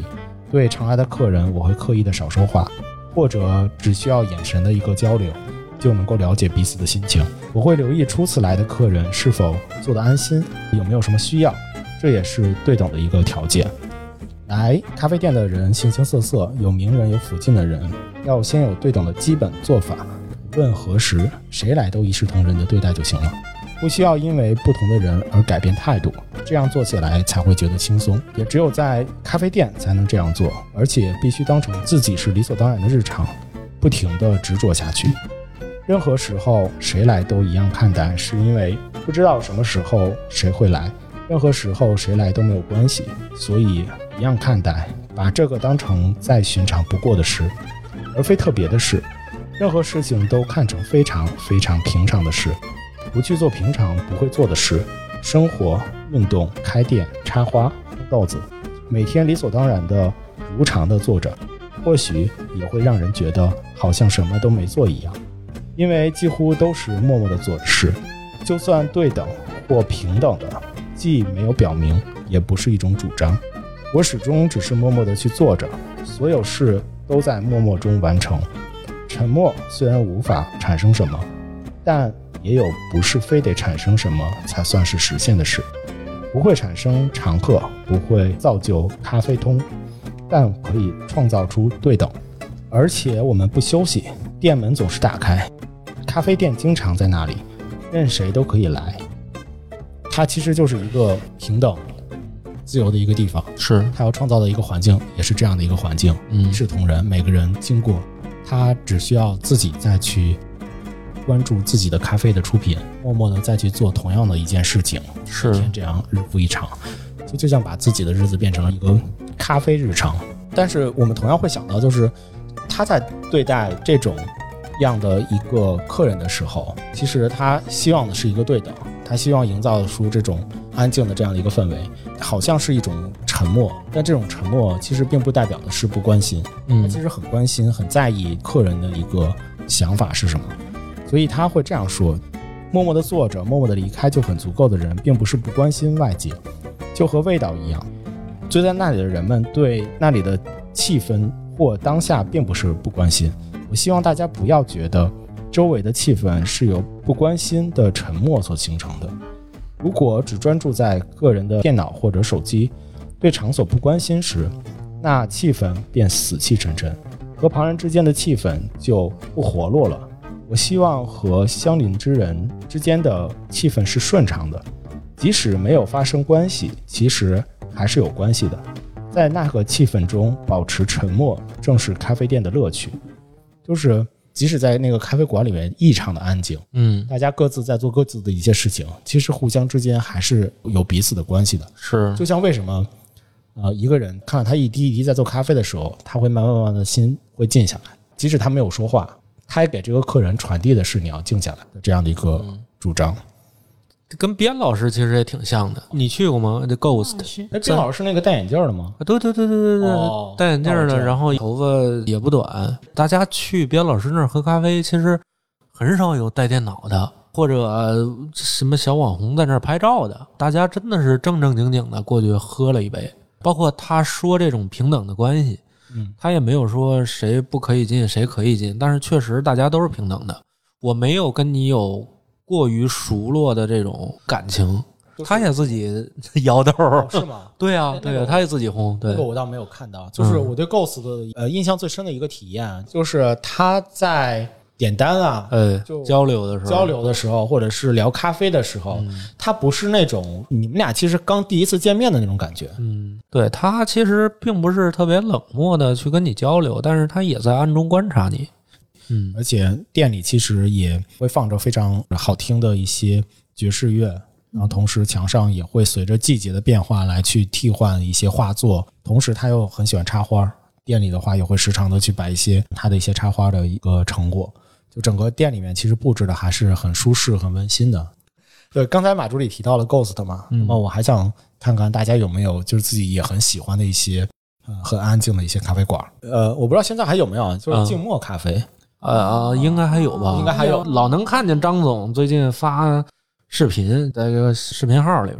[SPEAKER 1] 对常来的客人我会刻意的少说话，或者只需要眼神的一个交流就能够了解彼此的心情。我会留意初次来的客人是否做得安心，有没有什么需要，这也是对等的一个条件。来咖啡店的人形形色色，有名人有附近的人，要先有对等的基本做法，无论何时谁来都一视同仁的对待就行了，不需要因为不同的人而改变态度，这样做起来才会觉得轻松。也只有在咖啡店才能这样做，而且必须当成自己是理所当然的日常，不停地执着下去。任何时候谁来都一样看待，是因为不知道什么时候谁会来，任何时候谁来都没有关系，所以一样看待，把这个当成再寻常不过的事，而非特别的事。任何事情都看成非常非常平常的事，不去做平常不会做的事。生活、运动、开店、插花、烘豆子，每天理所当然的如常的做着，或许也会让人觉得好像什么都没做一样，因为几乎都是默默的做的事。就算对等或平等的，既没有表明，也不是一种主张。我始终只是默默地去做着，所有事都在默默中完成。沉默虽然无法产生什么，但也有不是非得产生什么才算是实现的事。不会产生常客，不会造就咖啡通，但可以创造出对等。而且我们不休息，店门总是打开，咖啡店经常在那里，任谁都可以来。它其实就是一个平等自由的一个地方，
[SPEAKER 2] 是
[SPEAKER 1] 他要创造的一个环境也是这样的一个环境，一视同仁，每个人经过他只需要自己再去关注自己的咖啡的出品，默默的再去做同样的一件事情，
[SPEAKER 2] 是
[SPEAKER 1] 天这样日复一场，就就像把自己的日子变成了一个咖啡日常。但是我们同样会想到，就是他在对待这种样的一个客人的时候，其实他希望的是一个对等，他希望营造出这种安静的这样的一个氛围，好像是一种沉默，但这种沉默其实并不代表的是不关心，他其实很关心很在意客人的一个想法是什么，所以他会这样说，默默地坐着默默地离开就很足够的人，并不是不关心外界，就和味道一样，坐在那里的人们对那里的气氛或当下并不是不关心。我希望大家不要觉得周围的气氛是由不关心的沉默所形成的。如果只专注在个人的电脑或者手机，对场所不关心时，那气氛便死气沉沉，和旁人之间的气氛就不活络了。我希望和相邻之人之间的气氛是顺畅的，即使没有发生关系，其实还是有关系的。在那个气氛中保持沉默，正是咖啡店的乐趣。就是即使在那个咖啡馆里面异常的安静，嗯，大家各自在做各自的一些事情，其实互相之间还是有彼此的关系的。
[SPEAKER 2] 是，
[SPEAKER 1] 就像为什么呃，一个人看到他一滴一滴在做咖啡的时候，他会慢慢慢慢的心会静下来，即使他没有说话，他也给这个客人传递的是你要静下来的这样的一个主张。嗯，
[SPEAKER 2] 跟边老师其实也挺像的，你去过吗 ？The Ghost，
[SPEAKER 1] 哎，边老师是那个戴眼镜的吗？
[SPEAKER 2] 对对对对对对，
[SPEAKER 1] 哦，
[SPEAKER 2] 戴眼镜的，然后头发也不短。大家去边老师那儿喝咖啡，其实很少有带电脑的，或者什么小网红在那儿拍照的。大家真的是正正经经的过去喝了一杯。包括他说这种平等的关系，嗯，他也没有说谁不可以进，谁可以进，但是确实大家都是平等的。我没有跟你有过于熟络的这种感情，他也自己摇豆，
[SPEAKER 1] 哦，是吗？
[SPEAKER 2] 对啊，对啊，他也自己烘。对，
[SPEAKER 1] 这个我倒没有看到。就是我对 Ghost 的呃印象最深的一个体验，就是他在点单啊，
[SPEAKER 2] 呃，
[SPEAKER 1] 就
[SPEAKER 2] 交流的时候，
[SPEAKER 1] 交流的时候，或者是聊咖啡的时候，嗯，他不是那种你们俩其实刚第一次见面的那种感觉。
[SPEAKER 2] 嗯，对，他其实并不是特别冷漠的去跟你交流，但是他也在暗中观察你。
[SPEAKER 1] 嗯，而且店里其实也会放着非常好听的一些爵士乐，然后同时墙上也会随着季节的变化来去替换一些画作，同时他又很喜欢插花，店里的话也会时常的去摆一些他的一些插花的一个成果，就整个店里面其实布置的还是很舒适很温馨的。对，刚才马助理提到了 Ghost 嘛，嗯，那么我还想看看大家有没有就是自己也很喜欢的一些呃很安静的一些咖啡馆。呃，我不知道现在还有没有，就是静默咖啡。嗯
[SPEAKER 2] 呃呃，应该还有吧，
[SPEAKER 1] 应该还有。
[SPEAKER 2] 老能看见张总最近发视频，在这个视频号里边。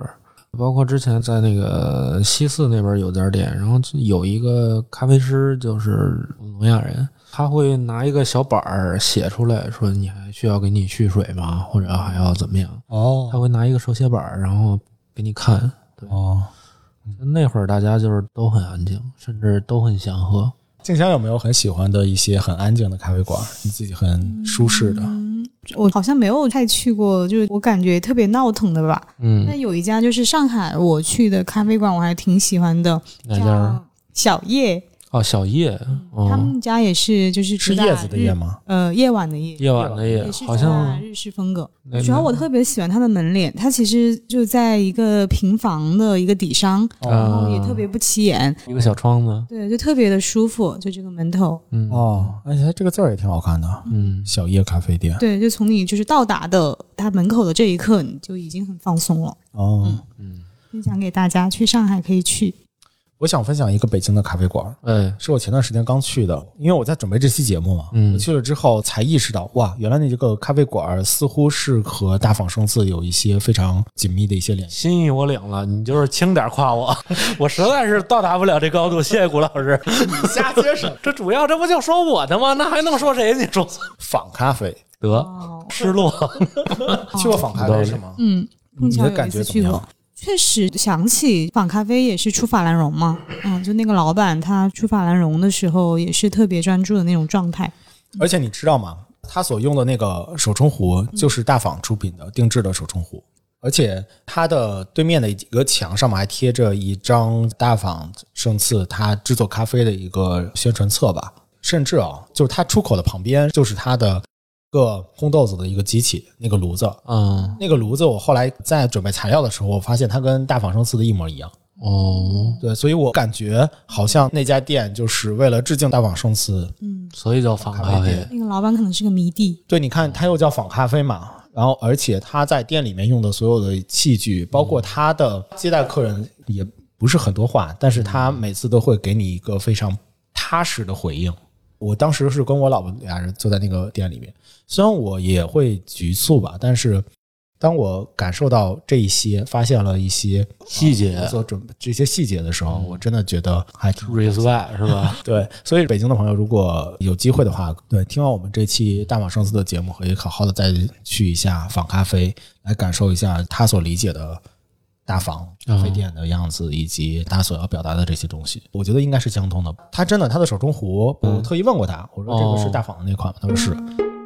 [SPEAKER 2] 包括之前在那个西四那边有家店，然后有一个咖啡师就是聋哑人，他会拿一个小板儿写出来说你还需要给你蓄水吗，或者还要怎么样。
[SPEAKER 1] 哦，
[SPEAKER 2] 他会拿一个手写板然后给你看。对
[SPEAKER 1] 哦，
[SPEAKER 2] 那会儿大家就是都很安静，甚至都很祥和。
[SPEAKER 1] 静香有没有很喜欢的一些很安静的咖啡馆，你自己很舒适的？
[SPEAKER 3] 嗯，我好像没有太去过，就是我感觉特别闹腾的吧。嗯，但有一家就是上海我去的咖啡馆，我还挺喜欢的，
[SPEAKER 2] 哪家？
[SPEAKER 3] 小叶。
[SPEAKER 2] 哦，小叶、
[SPEAKER 3] 嗯，他们家也是，就是
[SPEAKER 1] 是叶子的叶吗？
[SPEAKER 3] 呃，夜晚的夜，
[SPEAKER 2] 夜晚的夜，好像
[SPEAKER 3] 日式风格。主要我特别喜欢它的门脸，它其实就在一个平房的一个底商，
[SPEAKER 2] 哦、
[SPEAKER 3] 然后也特别不起眼，
[SPEAKER 2] 一个小窗子，
[SPEAKER 3] 对，就特别的舒服，就这个门头。
[SPEAKER 1] 嗯哦，而且这个字儿也挺好看的，嗯，小叶咖啡店。
[SPEAKER 3] 对，就从你就是到达的它门口的这一刻，你就已经很放松了。
[SPEAKER 1] 哦，
[SPEAKER 3] 嗯，嗯分享给大家，去上海可以去。
[SPEAKER 1] 我想分享一个北京的咖啡馆，
[SPEAKER 2] 哎，
[SPEAKER 1] 是我前段时间刚去的，因为我在准备这期节目嘛，嗯，我去了之后才意识到，哇，原来那这个咖啡馆似乎是和大仿生字有一些非常紧密的一些联系。
[SPEAKER 2] 心意我领了，你就是轻点夸我，我实在是到达不了这高度，谢谢谷老师。
[SPEAKER 1] 你瞎接什么？
[SPEAKER 2] 这主要这不就说我的吗？那还能说谁？你说
[SPEAKER 1] 仿咖啡
[SPEAKER 2] 得、哦、失落。
[SPEAKER 1] 去过仿咖啡是吗？
[SPEAKER 3] 嗯，
[SPEAKER 1] 你的感觉怎么样？
[SPEAKER 3] 确实想起仿咖啡也是出法兰绒嘛，嗯，就那个老板他出法兰绒的时候也是特别专注的那种状态。
[SPEAKER 1] 而且你知道吗？他所用的那个手冲壶就是大仿出品的定制的手冲壶，而且它的对面的一个墙上面还贴着一张大仿生次他制作咖啡的一个宣传册吧，甚至啊，就是他出口的旁边就是他的个烘豆子的一个机器，那个炉子，
[SPEAKER 2] 嗯，
[SPEAKER 1] 那个炉子我后来在准备材料的时候，我发现它跟大仿生次的一模一样。
[SPEAKER 2] 哦，
[SPEAKER 1] 对，所以我感觉好像那家店就是为了致敬大仿生次，
[SPEAKER 3] 嗯，
[SPEAKER 2] 所以叫仿咖啡。
[SPEAKER 3] 那个老板可能是个迷弟。
[SPEAKER 1] 对，你看他又叫仿咖啡嘛，然后而且他在店里面用的所有的器具，包括他的接待客人也不是很多话，但是他每次都会给你一个非常踏实的回应。我当时是跟我老婆俩人坐在那个店里面，虽然我也会局促吧，但是当我感受到这一些，发现了一些
[SPEAKER 2] 细节，
[SPEAKER 1] 我所准备这些细节的时候，我真的觉得还挺
[SPEAKER 2] respect 是吧？
[SPEAKER 1] 对，所以北京的朋友如果有机会的话，对，听完我们这期大仿生次的节目，可以好好的再去一下仿咖啡，来感受一下他所理解的大仿咖啡店的样子，以及他所要表达的这些东西，我觉得应该是相通的。他真的，他的手冲壶，我特意问过他，我说这个是大仿的那款吗？他说是。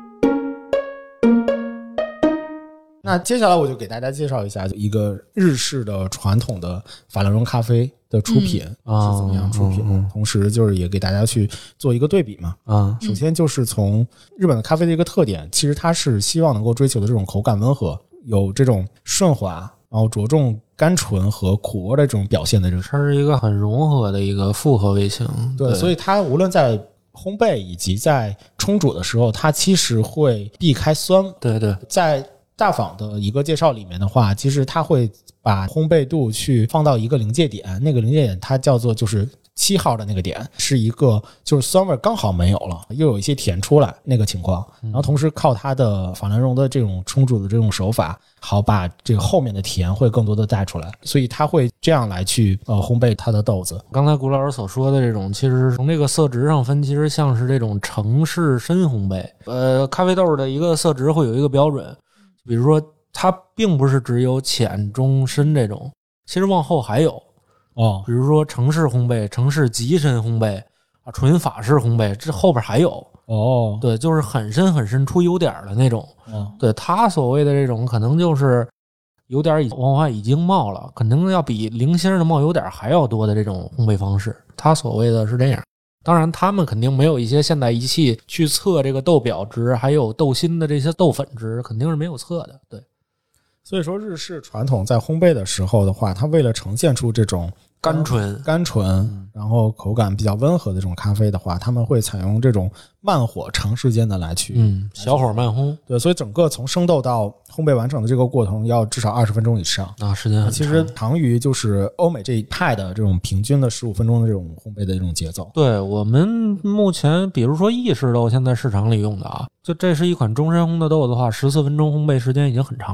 [SPEAKER 1] 那接下来我就给大家介绍一下一个日式的传统的法兰绒咖啡的出品是怎么样出品，同时就是也给大家去做一个对比嘛。啊，首先就是从日本的咖啡的一个特点，其实它是希望能够追求的这种口感温和，有这种顺滑，然后着重甘醇和苦味的这种表现的这个，
[SPEAKER 2] 它是一个很融合的一个复合味型。
[SPEAKER 1] 对，对，所以它无论在烘焙以及在冲煮的时候，它其实会避开酸。
[SPEAKER 2] 对对，
[SPEAKER 1] 在大仿的一个介绍里面的话，其实它会把烘焙度去放到一个临界点，那个临界点它叫做就是七号的那个点，是一个就是酸味刚好没有了，又有一些甜出来那个情况，然后同时靠它的法兰绒的这种冲煮的这种手法，好把这个后面的甜会更多的带出来，所以它会这样来去呃烘焙它的豆子。
[SPEAKER 2] 刚才谷老师所说的这种，其实从这个色值上分，其实像是这种城市深烘焙。呃，咖啡豆的一个色值会有一个标准。比如说它并不是只有浅中深这种，其实往后还有
[SPEAKER 1] 哦，
[SPEAKER 2] 比如说城市烘焙、城市极深烘焙啊、纯法式烘焙，这后边还有
[SPEAKER 1] 哦，
[SPEAKER 2] 对，就是很深很深出油点的那种。哦，对，它所谓的这种可能就是油点往外已经冒了，肯定要比零星的冒油点还要多的这种烘焙方式，它所谓的是这样。当然他们肯定没有一些现代仪器去测这个豆表值还有豆心的这些豆粉值，肯定是没有测的。对，
[SPEAKER 1] 所以说日式传统在烘焙的时候的话，它为了呈现出这种
[SPEAKER 2] 甘醇
[SPEAKER 1] 甘醇然后口感比较温和的这种咖啡的话，他们会采用这种慢火长时间的来去
[SPEAKER 2] 嗯小火慢烘。
[SPEAKER 1] 对，所以整个从生豆到烘焙完成的这个过程要至少二十分钟以上
[SPEAKER 2] 啊，时间很长。
[SPEAKER 1] 其实长于就是欧美这一派的这种平均的十五分钟的这种烘焙的这种节奏。
[SPEAKER 2] 对，我们目前比如说意式豆现在市场里用的啊，就这是一款中深烘的豆子的话，十四分钟烘焙时间已经很长了。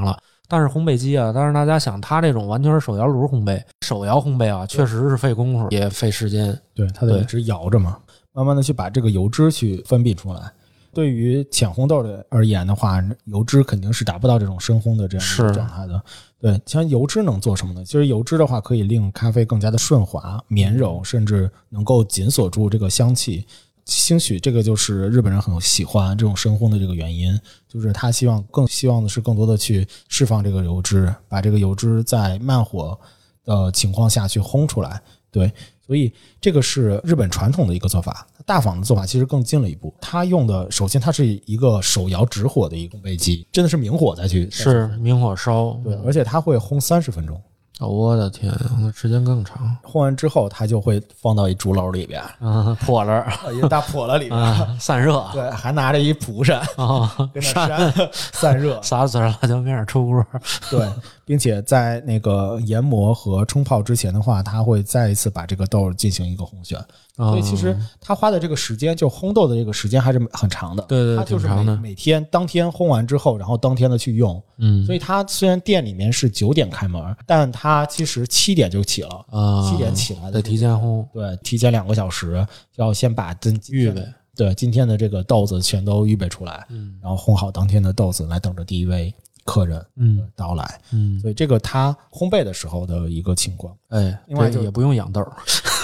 [SPEAKER 2] 但是烘焙机啊，但是大家想，它这种完全是手摇炉烘焙，手摇烘焙啊，确实是费功夫也费时间。
[SPEAKER 1] 对，它得一直摇着嘛，慢慢的去把这个油脂去分泌出来。对于浅烘豆的而言的话，油脂肯定是达不到这种深烘的这样的一个状态的。对，像油脂能做什么呢？其实油脂的话可以令咖啡更加的顺滑、绵柔，甚至能够紧锁住这个香气。兴许这个就是日本人很喜欢这种深烘的这个原因，就是他希望更希望的是更多的去释放这个油脂，把这个油脂在慢火的情况下去烘出来。对，所以这个是日本传统的一个做法。大坊的做法其实更进了一步，它用的首先它是一个手摇直火的一个烘焙机，真的是明火再去
[SPEAKER 2] 是明火烧，
[SPEAKER 1] 对，而且它会烘三十分钟。
[SPEAKER 2] 哦、我的天，那时间更长。
[SPEAKER 1] 烘完之后，它就会放到一竹篓里边，
[SPEAKER 2] 啊，笸箩，
[SPEAKER 1] 一个大笸箩里边、
[SPEAKER 2] 啊、散热。
[SPEAKER 1] 对，还拿着一蒲扇
[SPEAKER 2] 啊，
[SPEAKER 1] 跟那扇散热，
[SPEAKER 2] 撒点辣椒面出锅。
[SPEAKER 1] 对，并且在那个研磨和冲泡之前的话，它会再一次把这个豆进行一个烘选。所以其实他花的这个时间，就烘豆的这个时间还是很长的。
[SPEAKER 2] 对对，
[SPEAKER 1] 他就是每每天当天烘完之后，然后当天的去用。嗯，所以他虽然店里面是九点开门，但他其实七点就起了啊，七点起来的，
[SPEAKER 2] 得提前烘。
[SPEAKER 1] 对，提前两个小时，要先把今
[SPEAKER 2] 预备
[SPEAKER 1] 对今天的这个豆子全都预备出来，嗯，然后烘好当天的豆子来等着第一位客人嗯到来。嗯，所以这个他烘焙的时候的一个情况。
[SPEAKER 2] 哎，
[SPEAKER 1] 另外就
[SPEAKER 2] 也不用养豆。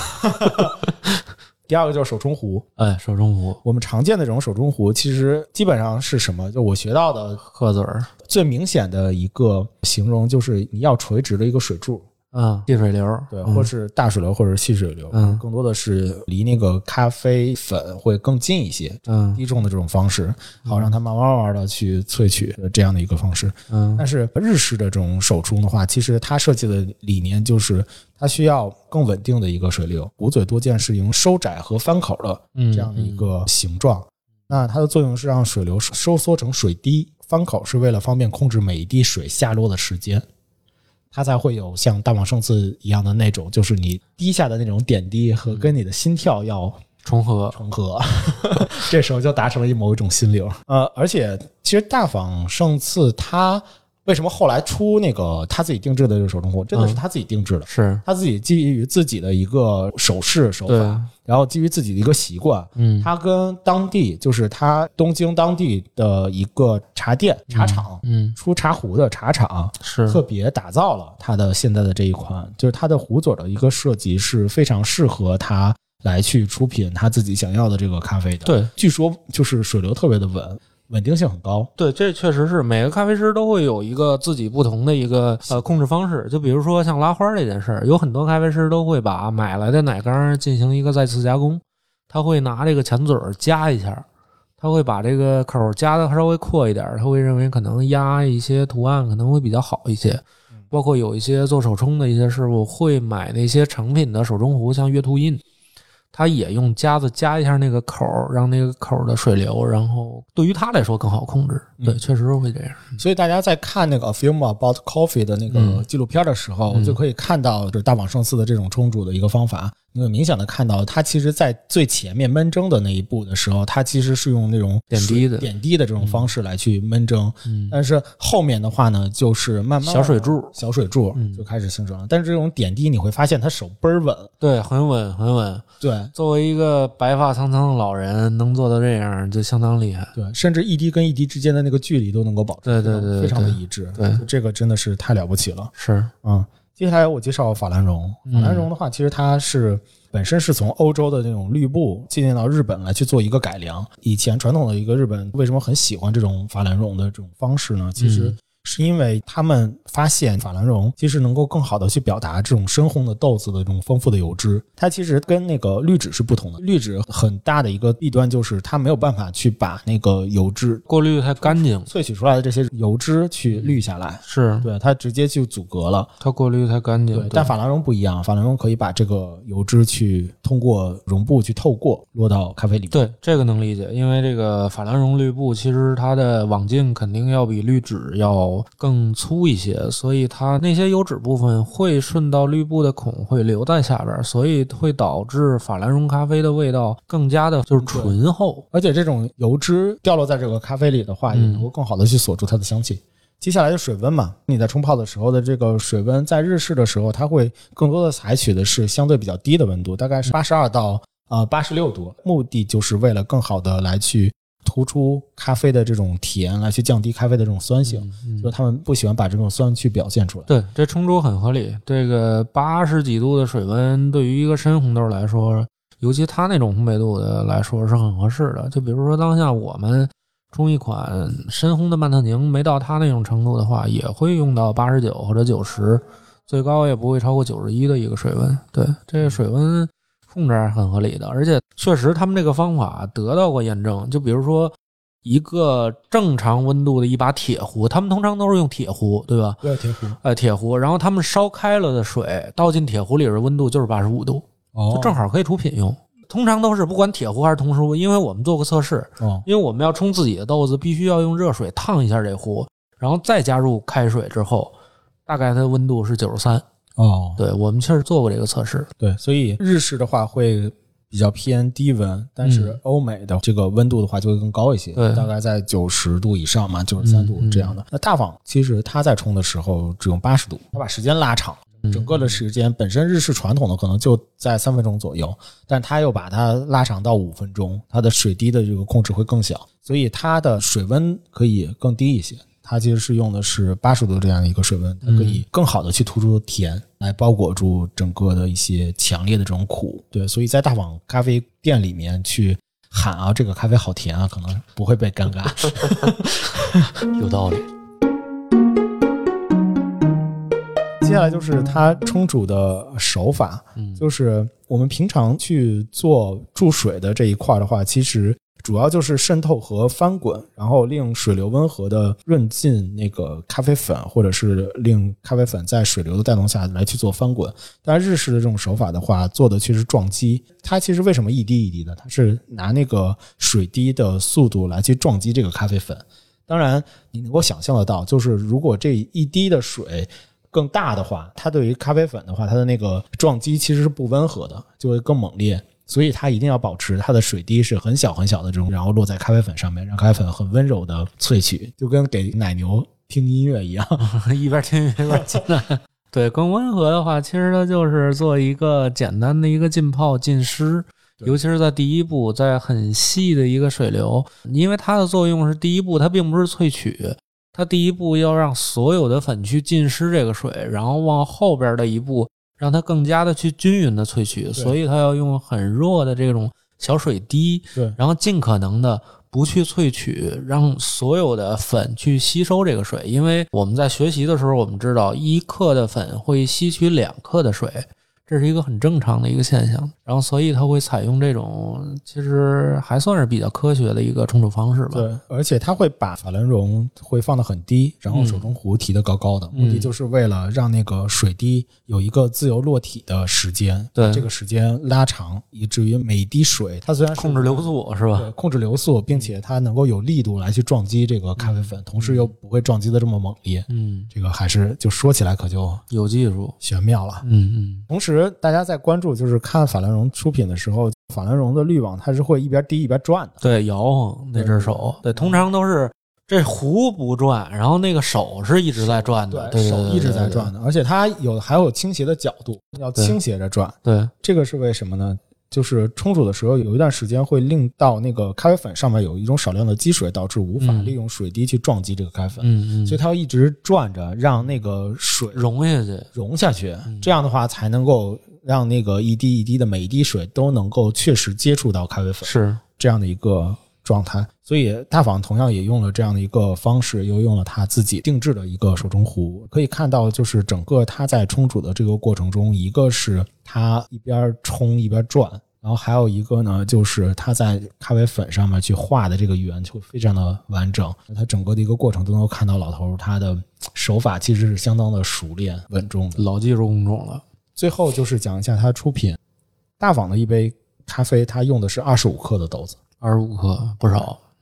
[SPEAKER 1] 第二个就是手冲壶，
[SPEAKER 2] 哎，手冲壶，
[SPEAKER 1] 我们常见的这种手冲壶，其实基本上是什么？就我学到的
[SPEAKER 2] 鹤嘴儿
[SPEAKER 1] 最明显的一个形容，就是你要垂直的一个水柱，
[SPEAKER 2] 嗯，细水流，
[SPEAKER 1] 对，或是大水流，或者细水流，嗯，更多的是离那个咖啡粉会更近一些，嗯，低重的这种方式，好让它慢慢慢慢的去萃取这样的一个方式，嗯，但是日式的这种手冲的话，其实它设计的理念就是它需要更稳定的一个水流，壶嘴多见是用收窄和翻口的这样的一个形状，嗯嗯，那它的作用是让水流收缩成水滴，翻口是为了方便控制每一滴水下落的时间，它才会有像大往圣寺一样的那种，就是你滴下的那种点滴和跟你的心跳要
[SPEAKER 2] 重合
[SPEAKER 1] 重合，这时候就达成了某一种心流。呃，而且其实大仿圣寺它为什么后来出那个他自己定制的这个手冲壶，真的是他自己定制的，嗯、
[SPEAKER 2] 是
[SPEAKER 1] 他自己基于自己的一个手势手法，然后基于自己的一个习惯，嗯，他跟当地就是他东京当地的一个茶店、茶厂，嗯，出茶壶的茶厂
[SPEAKER 2] 是
[SPEAKER 1] 特别打造了他的现在的这一款，就是他的壶嘴的一个设计是非常适合他来去出品他自己想要的这个咖啡的。
[SPEAKER 2] 对，
[SPEAKER 1] 据说就是水流特别的稳。稳定性很高，
[SPEAKER 2] 对，这确实是每个咖啡师都会有一个自己不同的一个呃控制方式。就比如说像拉花这件事儿，有很多咖啡师都会把买来的奶缸进行一个再次加工，他会拿这个前嘴夹一下，他会把这个口夹的稍微阔一点，他会认为可能压一些图案可能会比较好一些。包括有一些做手冲的一些师傅会买那些成品的手冲壶，像月兔印。他也用夹子夹一下那个口，让那个口的水流，然后对于他来说更好控制。对，嗯、确实会这样。
[SPEAKER 1] 所以大家在看那个 A Film About Coffee 的那个纪录片的时候，嗯、就可以看到就是大往圣寺的这种冲煮的一个方法。你会明显的看到，它其实在最前面焖蒸的那一步的时候，它其实是用那种
[SPEAKER 2] 点滴的
[SPEAKER 1] 点滴的这种方式来去焖蒸。嗯，但是后面的话呢，就是慢慢
[SPEAKER 2] 小水柱，
[SPEAKER 1] 小水柱就开始形成了。嗯、但是这种点滴，你会发现它手倍儿稳，
[SPEAKER 2] 对，很稳，很稳。
[SPEAKER 1] 对，
[SPEAKER 2] 作为一个白发苍苍的老人，能做到这样就相当厉害。
[SPEAKER 1] 对，甚至一滴跟一滴之间的那个距离都能够保持，
[SPEAKER 2] 对对 对, 对，
[SPEAKER 1] 非常的一致。
[SPEAKER 2] 对，
[SPEAKER 1] 这个真的是太了不起了。
[SPEAKER 2] 是，
[SPEAKER 1] 嗯。接下来我介绍法兰绒。法兰绒的话，其实它是本身是从欧洲的那种绿布借鉴到日本来去做一个改良。以前传统的一个日本为什么很喜欢这种法兰绒的这种方式呢？其实是因为他们发现法兰绒其实能够更好的去表达这种深烘的豆子的这种丰富的油脂。它其实跟那个滤纸是不同的，滤纸很大的一个弊端就是它没有办法去把那个油脂
[SPEAKER 2] 过滤太干净，
[SPEAKER 1] 萃取出来的这些油脂去滤下来，
[SPEAKER 2] 是
[SPEAKER 1] 对它直接就阻隔了，
[SPEAKER 2] 它过滤太干净。
[SPEAKER 1] 对，但法兰绒不一样，法兰绒可以把这个油脂去通过绒布去透过落到咖啡里面。
[SPEAKER 2] 对，这个能理解，因为这个法兰绒滤布其实它的网径肯定要比滤纸要更粗一些，所以它那些油脂部分会顺到滤布的孔，会留在下边，所以会导致法兰绒咖啡的味道更加的就是醇厚。
[SPEAKER 1] 而且这种油脂掉落在这个咖啡里的话，也能够更好的去锁住它的香气。 接下来的水温嘛，你在冲泡的时候的这个水温，在日式的时候，它会更多的采取的是相对比较低的温度，大概是八十二到呃八十六度，目的就是为了更好的来去突出咖啡的这种甜，来去降低咖啡的这种酸性，嗯嗯、就他们不喜欢把这种酸去表现出来。
[SPEAKER 2] 对，这冲煮很合理。这个八十几度的水温，对于一个深红豆来说，尤其它那种烘焙度的来说是很合适的。就比如说，当下我们冲一款深烘的曼特宁没到它那种程度的话，也会用到八十九或者九十，最高也不会超过九十一的一个水温。对，这个水温控制还是很合理的，而且确实他们这个方法得到过验证。就比如说一个正常温度的一把铁壶，他们通常都是用铁壶，对吧？
[SPEAKER 1] 对，铁壶。
[SPEAKER 2] 呃，铁壶，然后他们烧开了的水倒进铁壶里的温度就是八十五度，哦，就正好可以出品用。通常都是不管铁壶还是同时壶，因为我们做过测试，哦，因为我们要冲自己的豆子，必须要用热水烫一下这壶，然后再加入开水之后，大概它的温度是九十三。哦，对，我们确实做过这个测试。
[SPEAKER 1] 对，所以日式的话会比较偏低温，但是欧美的这个温度的话就会更高一些，嗯、大概在九十度以上嘛，九十三度这样的。嗯嗯、那大仿其实它在冲的时候只用八十度，它把时间拉长。整个的时间本身日式传统的可能就在三分钟左右，但它又把它拉长到五分钟，它的水滴的这个控制会更小，所以它的水温可以更低一些。它其实是用的是八十度这样的一个水温，它可以更好的去突出甜，来包裹住整个的一些强烈的这种苦。对，所以在大仿咖啡店里面去喊啊，这个咖啡好甜啊，可能不会被尴尬。
[SPEAKER 2] 有道理。
[SPEAKER 1] 接下来就是它冲煮的手法，就是我们平常去做注水的这一块的话，其实主要就是渗透和翻滚，然后令水流温和的润进那个咖啡粉，或者是令咖啡粉在水流的带动下来去做翻滚。但日式的这种手法的话，做的却是撞击。它其实为什么一滴一滴的？它是拿那个水滴的速度来去撞击这个咖啡粉。当然你能够想象得到，就是如果这一滴的水更大的话，它对于咖啡粉的话，它的那个撞击其实是不温和的，就会更猛烈，所以它一定要保持它的水滴是很小很小的这种，然后落在咖啡粉上面，让咖啡粉很温柔的萃取，就跟给奶牛听音乐一样。
[SPEAKER 2] 一边听音乐一边进来。对，更温和的话，其实它就是做一个简单的一个浸泡浸湿，尤其是在第一步，在很细的一个水流，因为它的作用是第一步它并不是萃取，它第一步要让所有的粉去浸湿这个水，然后往后边的一步让它更加的去均匀的萃取，所以它要用很弱的这种小水滴，对，然后尽可能的不去萃取，让所有的粉去吸收这个水。因为我们在学习的时候，我们知道一克的粉会吸取两克的水，这是一个很正常的一个现象，然后所以它会采用这种其实还算是比较科学的一个冲煮方式吧。
[SPEAKER 1] 对，而且它会把法兰绒会放得很低，然后手冲壶提得高高的，嗯、目的就是为了让那个水滴有一个自由落体的时间，对，这个时间拉长，以至于每一滴水它虽然
[SPEAKER 2] 控制流速是吧？
[SPEAKER 1] 对，控制流速，并且它能够有力度来去撞击这个咖啡粉，嗯、同时又不会撞击得这么猛烈。嗯，这个还是就说起来可就
[SPEAKER 2] 有技术
[SPEAKER 1] 玄妙了。
[SPEAKER 2] 嗯嗯，
[SPEAKER 1] 同时。大家在关注就是看法兰绒出品的时候，法兰绒的滤网它是会一边滴一边转的，
[SPEAKER 2] 对，摇晃那只手，对，通常都是这壶不转，然后那个手是一直在转的，
[SPEAKER 1] 对，手一直在转的，而且它有还有倾斜的角度，要倾斜着转，
[SPEAKER 2] 对，
[SPEAKER 1] 这个是为什么呢？就是冲煮的时候有一段时间会令到那个咖啡粉上面有一种少量的积水，导致无法利用水滴去撞击这个咖啡粉，嗯嗯，所以它要一直转着让那个水
[SPEAKER 2] 融下去
[SPEAKER 1] 融下去，嗯、这样的话才能够让那个一滴一滴的每一滴水都能够确实接触到咖啡粉，
[SPEAKER 2] 是
[SPEAKER 1] 这样的一个状态。所以大仿同样也用了这样的一个方式，又用了他自己定制的一个手冲壶。可以看到就是整个他在冲煮的这个过程中，一个是他一边冲一边转，然后还有一个呢就是他在咖啡粉上面去画的这个圆就非常的完整，他整个的一个过程都能够看到老头他的手法其实是相当的熟练稳重的，
[SPEAKER 2] 老技术工种了。
[SPEAKER 1] 最后就是讲一下他出品大仿的一杯咖啡，他用的是二十五克的豆子，
[SPEAKER 2] 二十五克不少，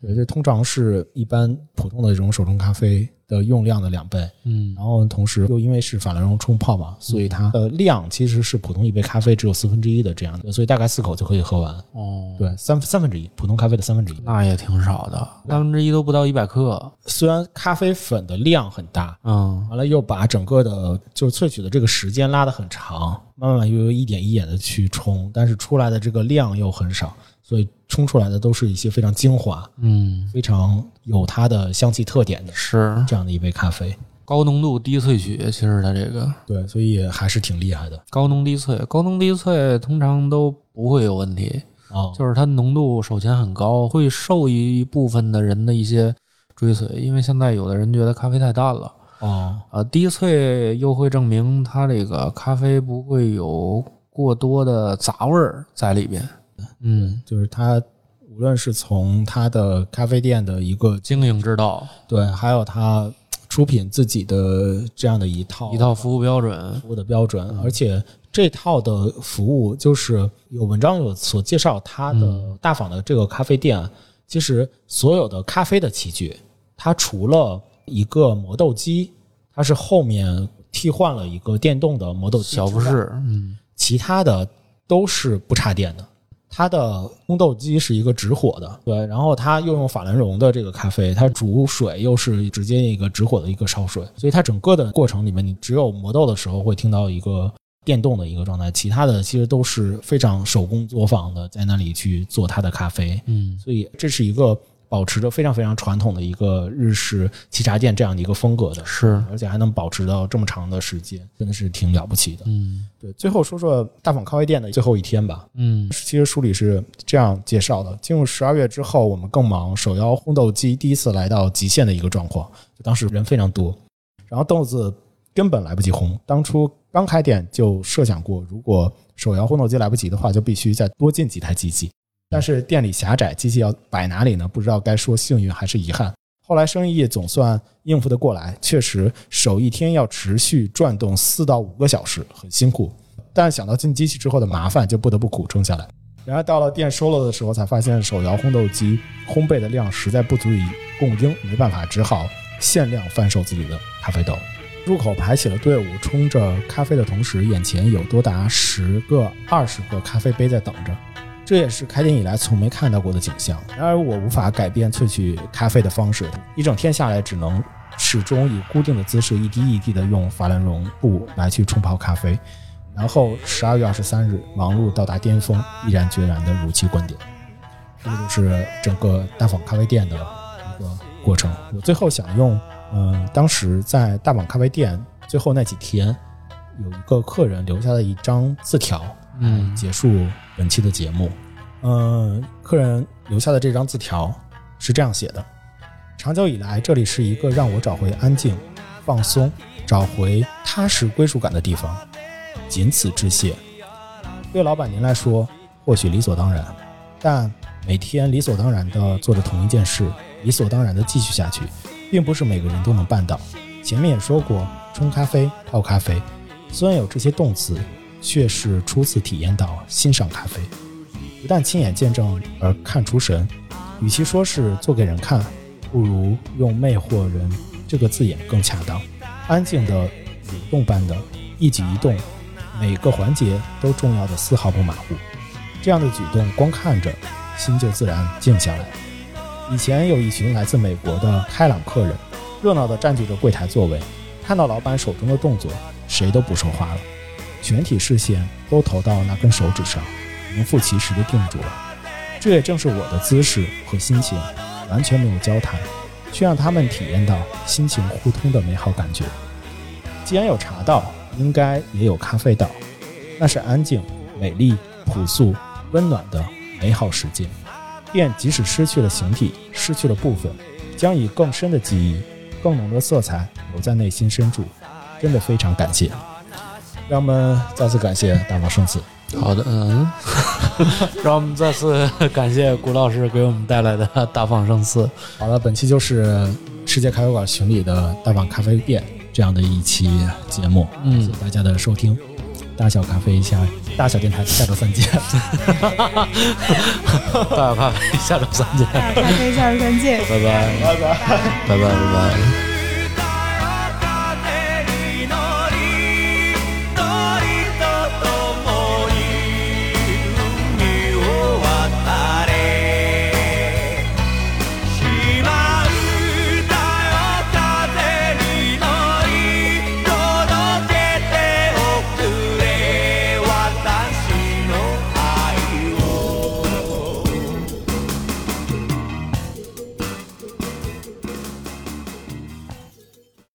[SPEAKER 1] 对，这通常是一般普通的这种手冲咖啡的用量的两倍，嗯，然后同时又因为是法兰绒冲泡嘛，所以它的量其实是普通一杯咖啡只有四分之一的这样的，所以大概四口就可以喝完。哦，对，三三分之一，普通咖啡的三分之一，
[SPEAKER 2] 那也挺少的，三分之一都不到一百克。
[SPEAKER 1] 虽然咖啡粉的量很大，嗯，完了又把整个的就是萃取的这个时间拉得很长，慢慢又一点一点的去冲，但是出来的这个量又很少。所以冲出来的都是一些非常精华，嗯，非常有它的香气特点的，
[SPEAKER 2] 是
[SPEAKER 1] 这样的一杯咖啡，
[SPEAKER 2] 高浓度低萃取，其实它这个
[SPEAKER 1] 对，所以还是挺厉害的。
[SPEAKER 2] 高浓低萃，高浓低萃通常都不会有问题，哦，就是它浓度首先很高，会受一部分的人的一些追随，因为现在有的人觉得咖啡太淡了，哦，呃，低萃又会证明它这个咖啡不会有过多的杂味在里边。
[SPEAKER 1] 嗯，就是它无论是从它的咖啡店的一个
[SPEAKER 2] 经营之道，
[SPEAKER 1] 对，还有它出品自己的这样的一套
[SPEAKER 2] 一套服务标准，
[SPEAKER 1] 服务的标准，嗯、而且这套的服务就是有文章有所介绍，它的大坊的这个咖啡店，嗯、其实所有的咖啡的器具，它除了一个磨豆机，它是后面替换了一个电动的磨豆机，
[SPEAKER 2] 小不是，嗯，
[SPEAKER 1] 其他的都是不插电的。它的烘豆机是一个直火的，对，然后它又用法兰绒的这个咖啡，它煮水又是直接一个直火的一个烧水，所以它整个的过程里面，你只有磨豆的时候会听到一个电动的一个状态，其他的其实都是非常手工作坊的，在那里去做它的咖啡，嗯，所以这是一个保持着非常非常传统的一个日式沏茶店这样的一个风格的，
[SPEAKER 2] 是，
[SPEAKER 1] 而且还能保持到这么长的时间，真的是挺了不起的。嗯，对。最后说说大坊咖啡店的最后一天吧。嗯，其实书里是这样介绍的：进入十二月之后，我们更忙，手摇烘豆机第一次来到极限的一个状况，就当时人非常多，然后豆子根本来不及烘。当初刚开店就设想过，如果手摇烘豆机来不及的话，就必须再多进几台机器。但是店里狭窄，机器要摆哪里呢？不知道该说幸运还是遗憾。后来生意总算应付得过来，确实手一天要持续转动四到五个小时，很辛苦。但想到进机器之后的麻烦，就不得不苦撑下来。然而到了店收了的时候，才发现手摇烘豆机烘焙的量实在不足以供应，没办法，只好限量贩售自己的咖啡豆。入口排起了队伍，冲着咖啡的同时，眼前有多达十个、二十个咖啡杯在等着。这也是开店以来从没看到过的景象。然而我无法改变萃取咖啡的方式，一整天下来只能始终以固定的姿势一滴一滴的用法兰绒布来去冲泡咖啡。然后十二月二十三日忙碌到达巅峰，毅然决然的如期关店。这就是整个大坊咖啡店的一个过程。我最后想用嗯，当时在大坊咖啡店最后那几天有一个客人留下的一张字条，嗯，结束本期的节目。嗯，客人留下的这张字条是这样写的：长久以来，这里是一个让我找回安静、放松、找回踏实归属感的地方，仅此致谢。对老板您来说，或许理所当然，但每天理所当然地做着同一件事，理所当然地继续下去，并不是每个人都能办到。前面也说过，冲咖啡、泡咖啡，虽然有这些动词，却是初次体验到欣赏咖啡，不但亲眼见证而看出神。与其说是做给人看，不如用魅惑人这个字眼更恰当。安静的、流动般的，一举一动，每个环节都重要的丝毫不马虎。这样的举动，光看着心就自然静下来。以前有一群来自美国的开朗客人，热闹地占据着柜台座位，看到老板手中的动作，谁都不说话了，全体视线都投到那根手指上，名副其实地定住了。这也正是我的姿势和心情，完全没有交谈，却让他们体验到心情互通的美好感觉。既然有茶道，应该也有咖啡道，那是安静、美丽、朴素、温暖的美好时间。店即使失去了形体，失去了部分，将以更深的记忆、更浓的色彩留在内心深处。真的非常感谢，让我们再次感谢大坊胜次。
[SPEAKER 2] 好的，嗯，让我们再次感谢古老师给我们带来的大坊胜次。
[SPEAKER 1] 好了，本期就是世界咖啡馆群里的大坊咖啡店这样的一期节目，嗯，谢谢大家的收听， 大小咖啡下大小电台下周三见。
[SPEAKER 2] 大小咖啡下周三见。
[SPEAKER 3] 大小咖啡下周三见。
[SPEAKER 2] 拜拜拜拜拜拜拜拜。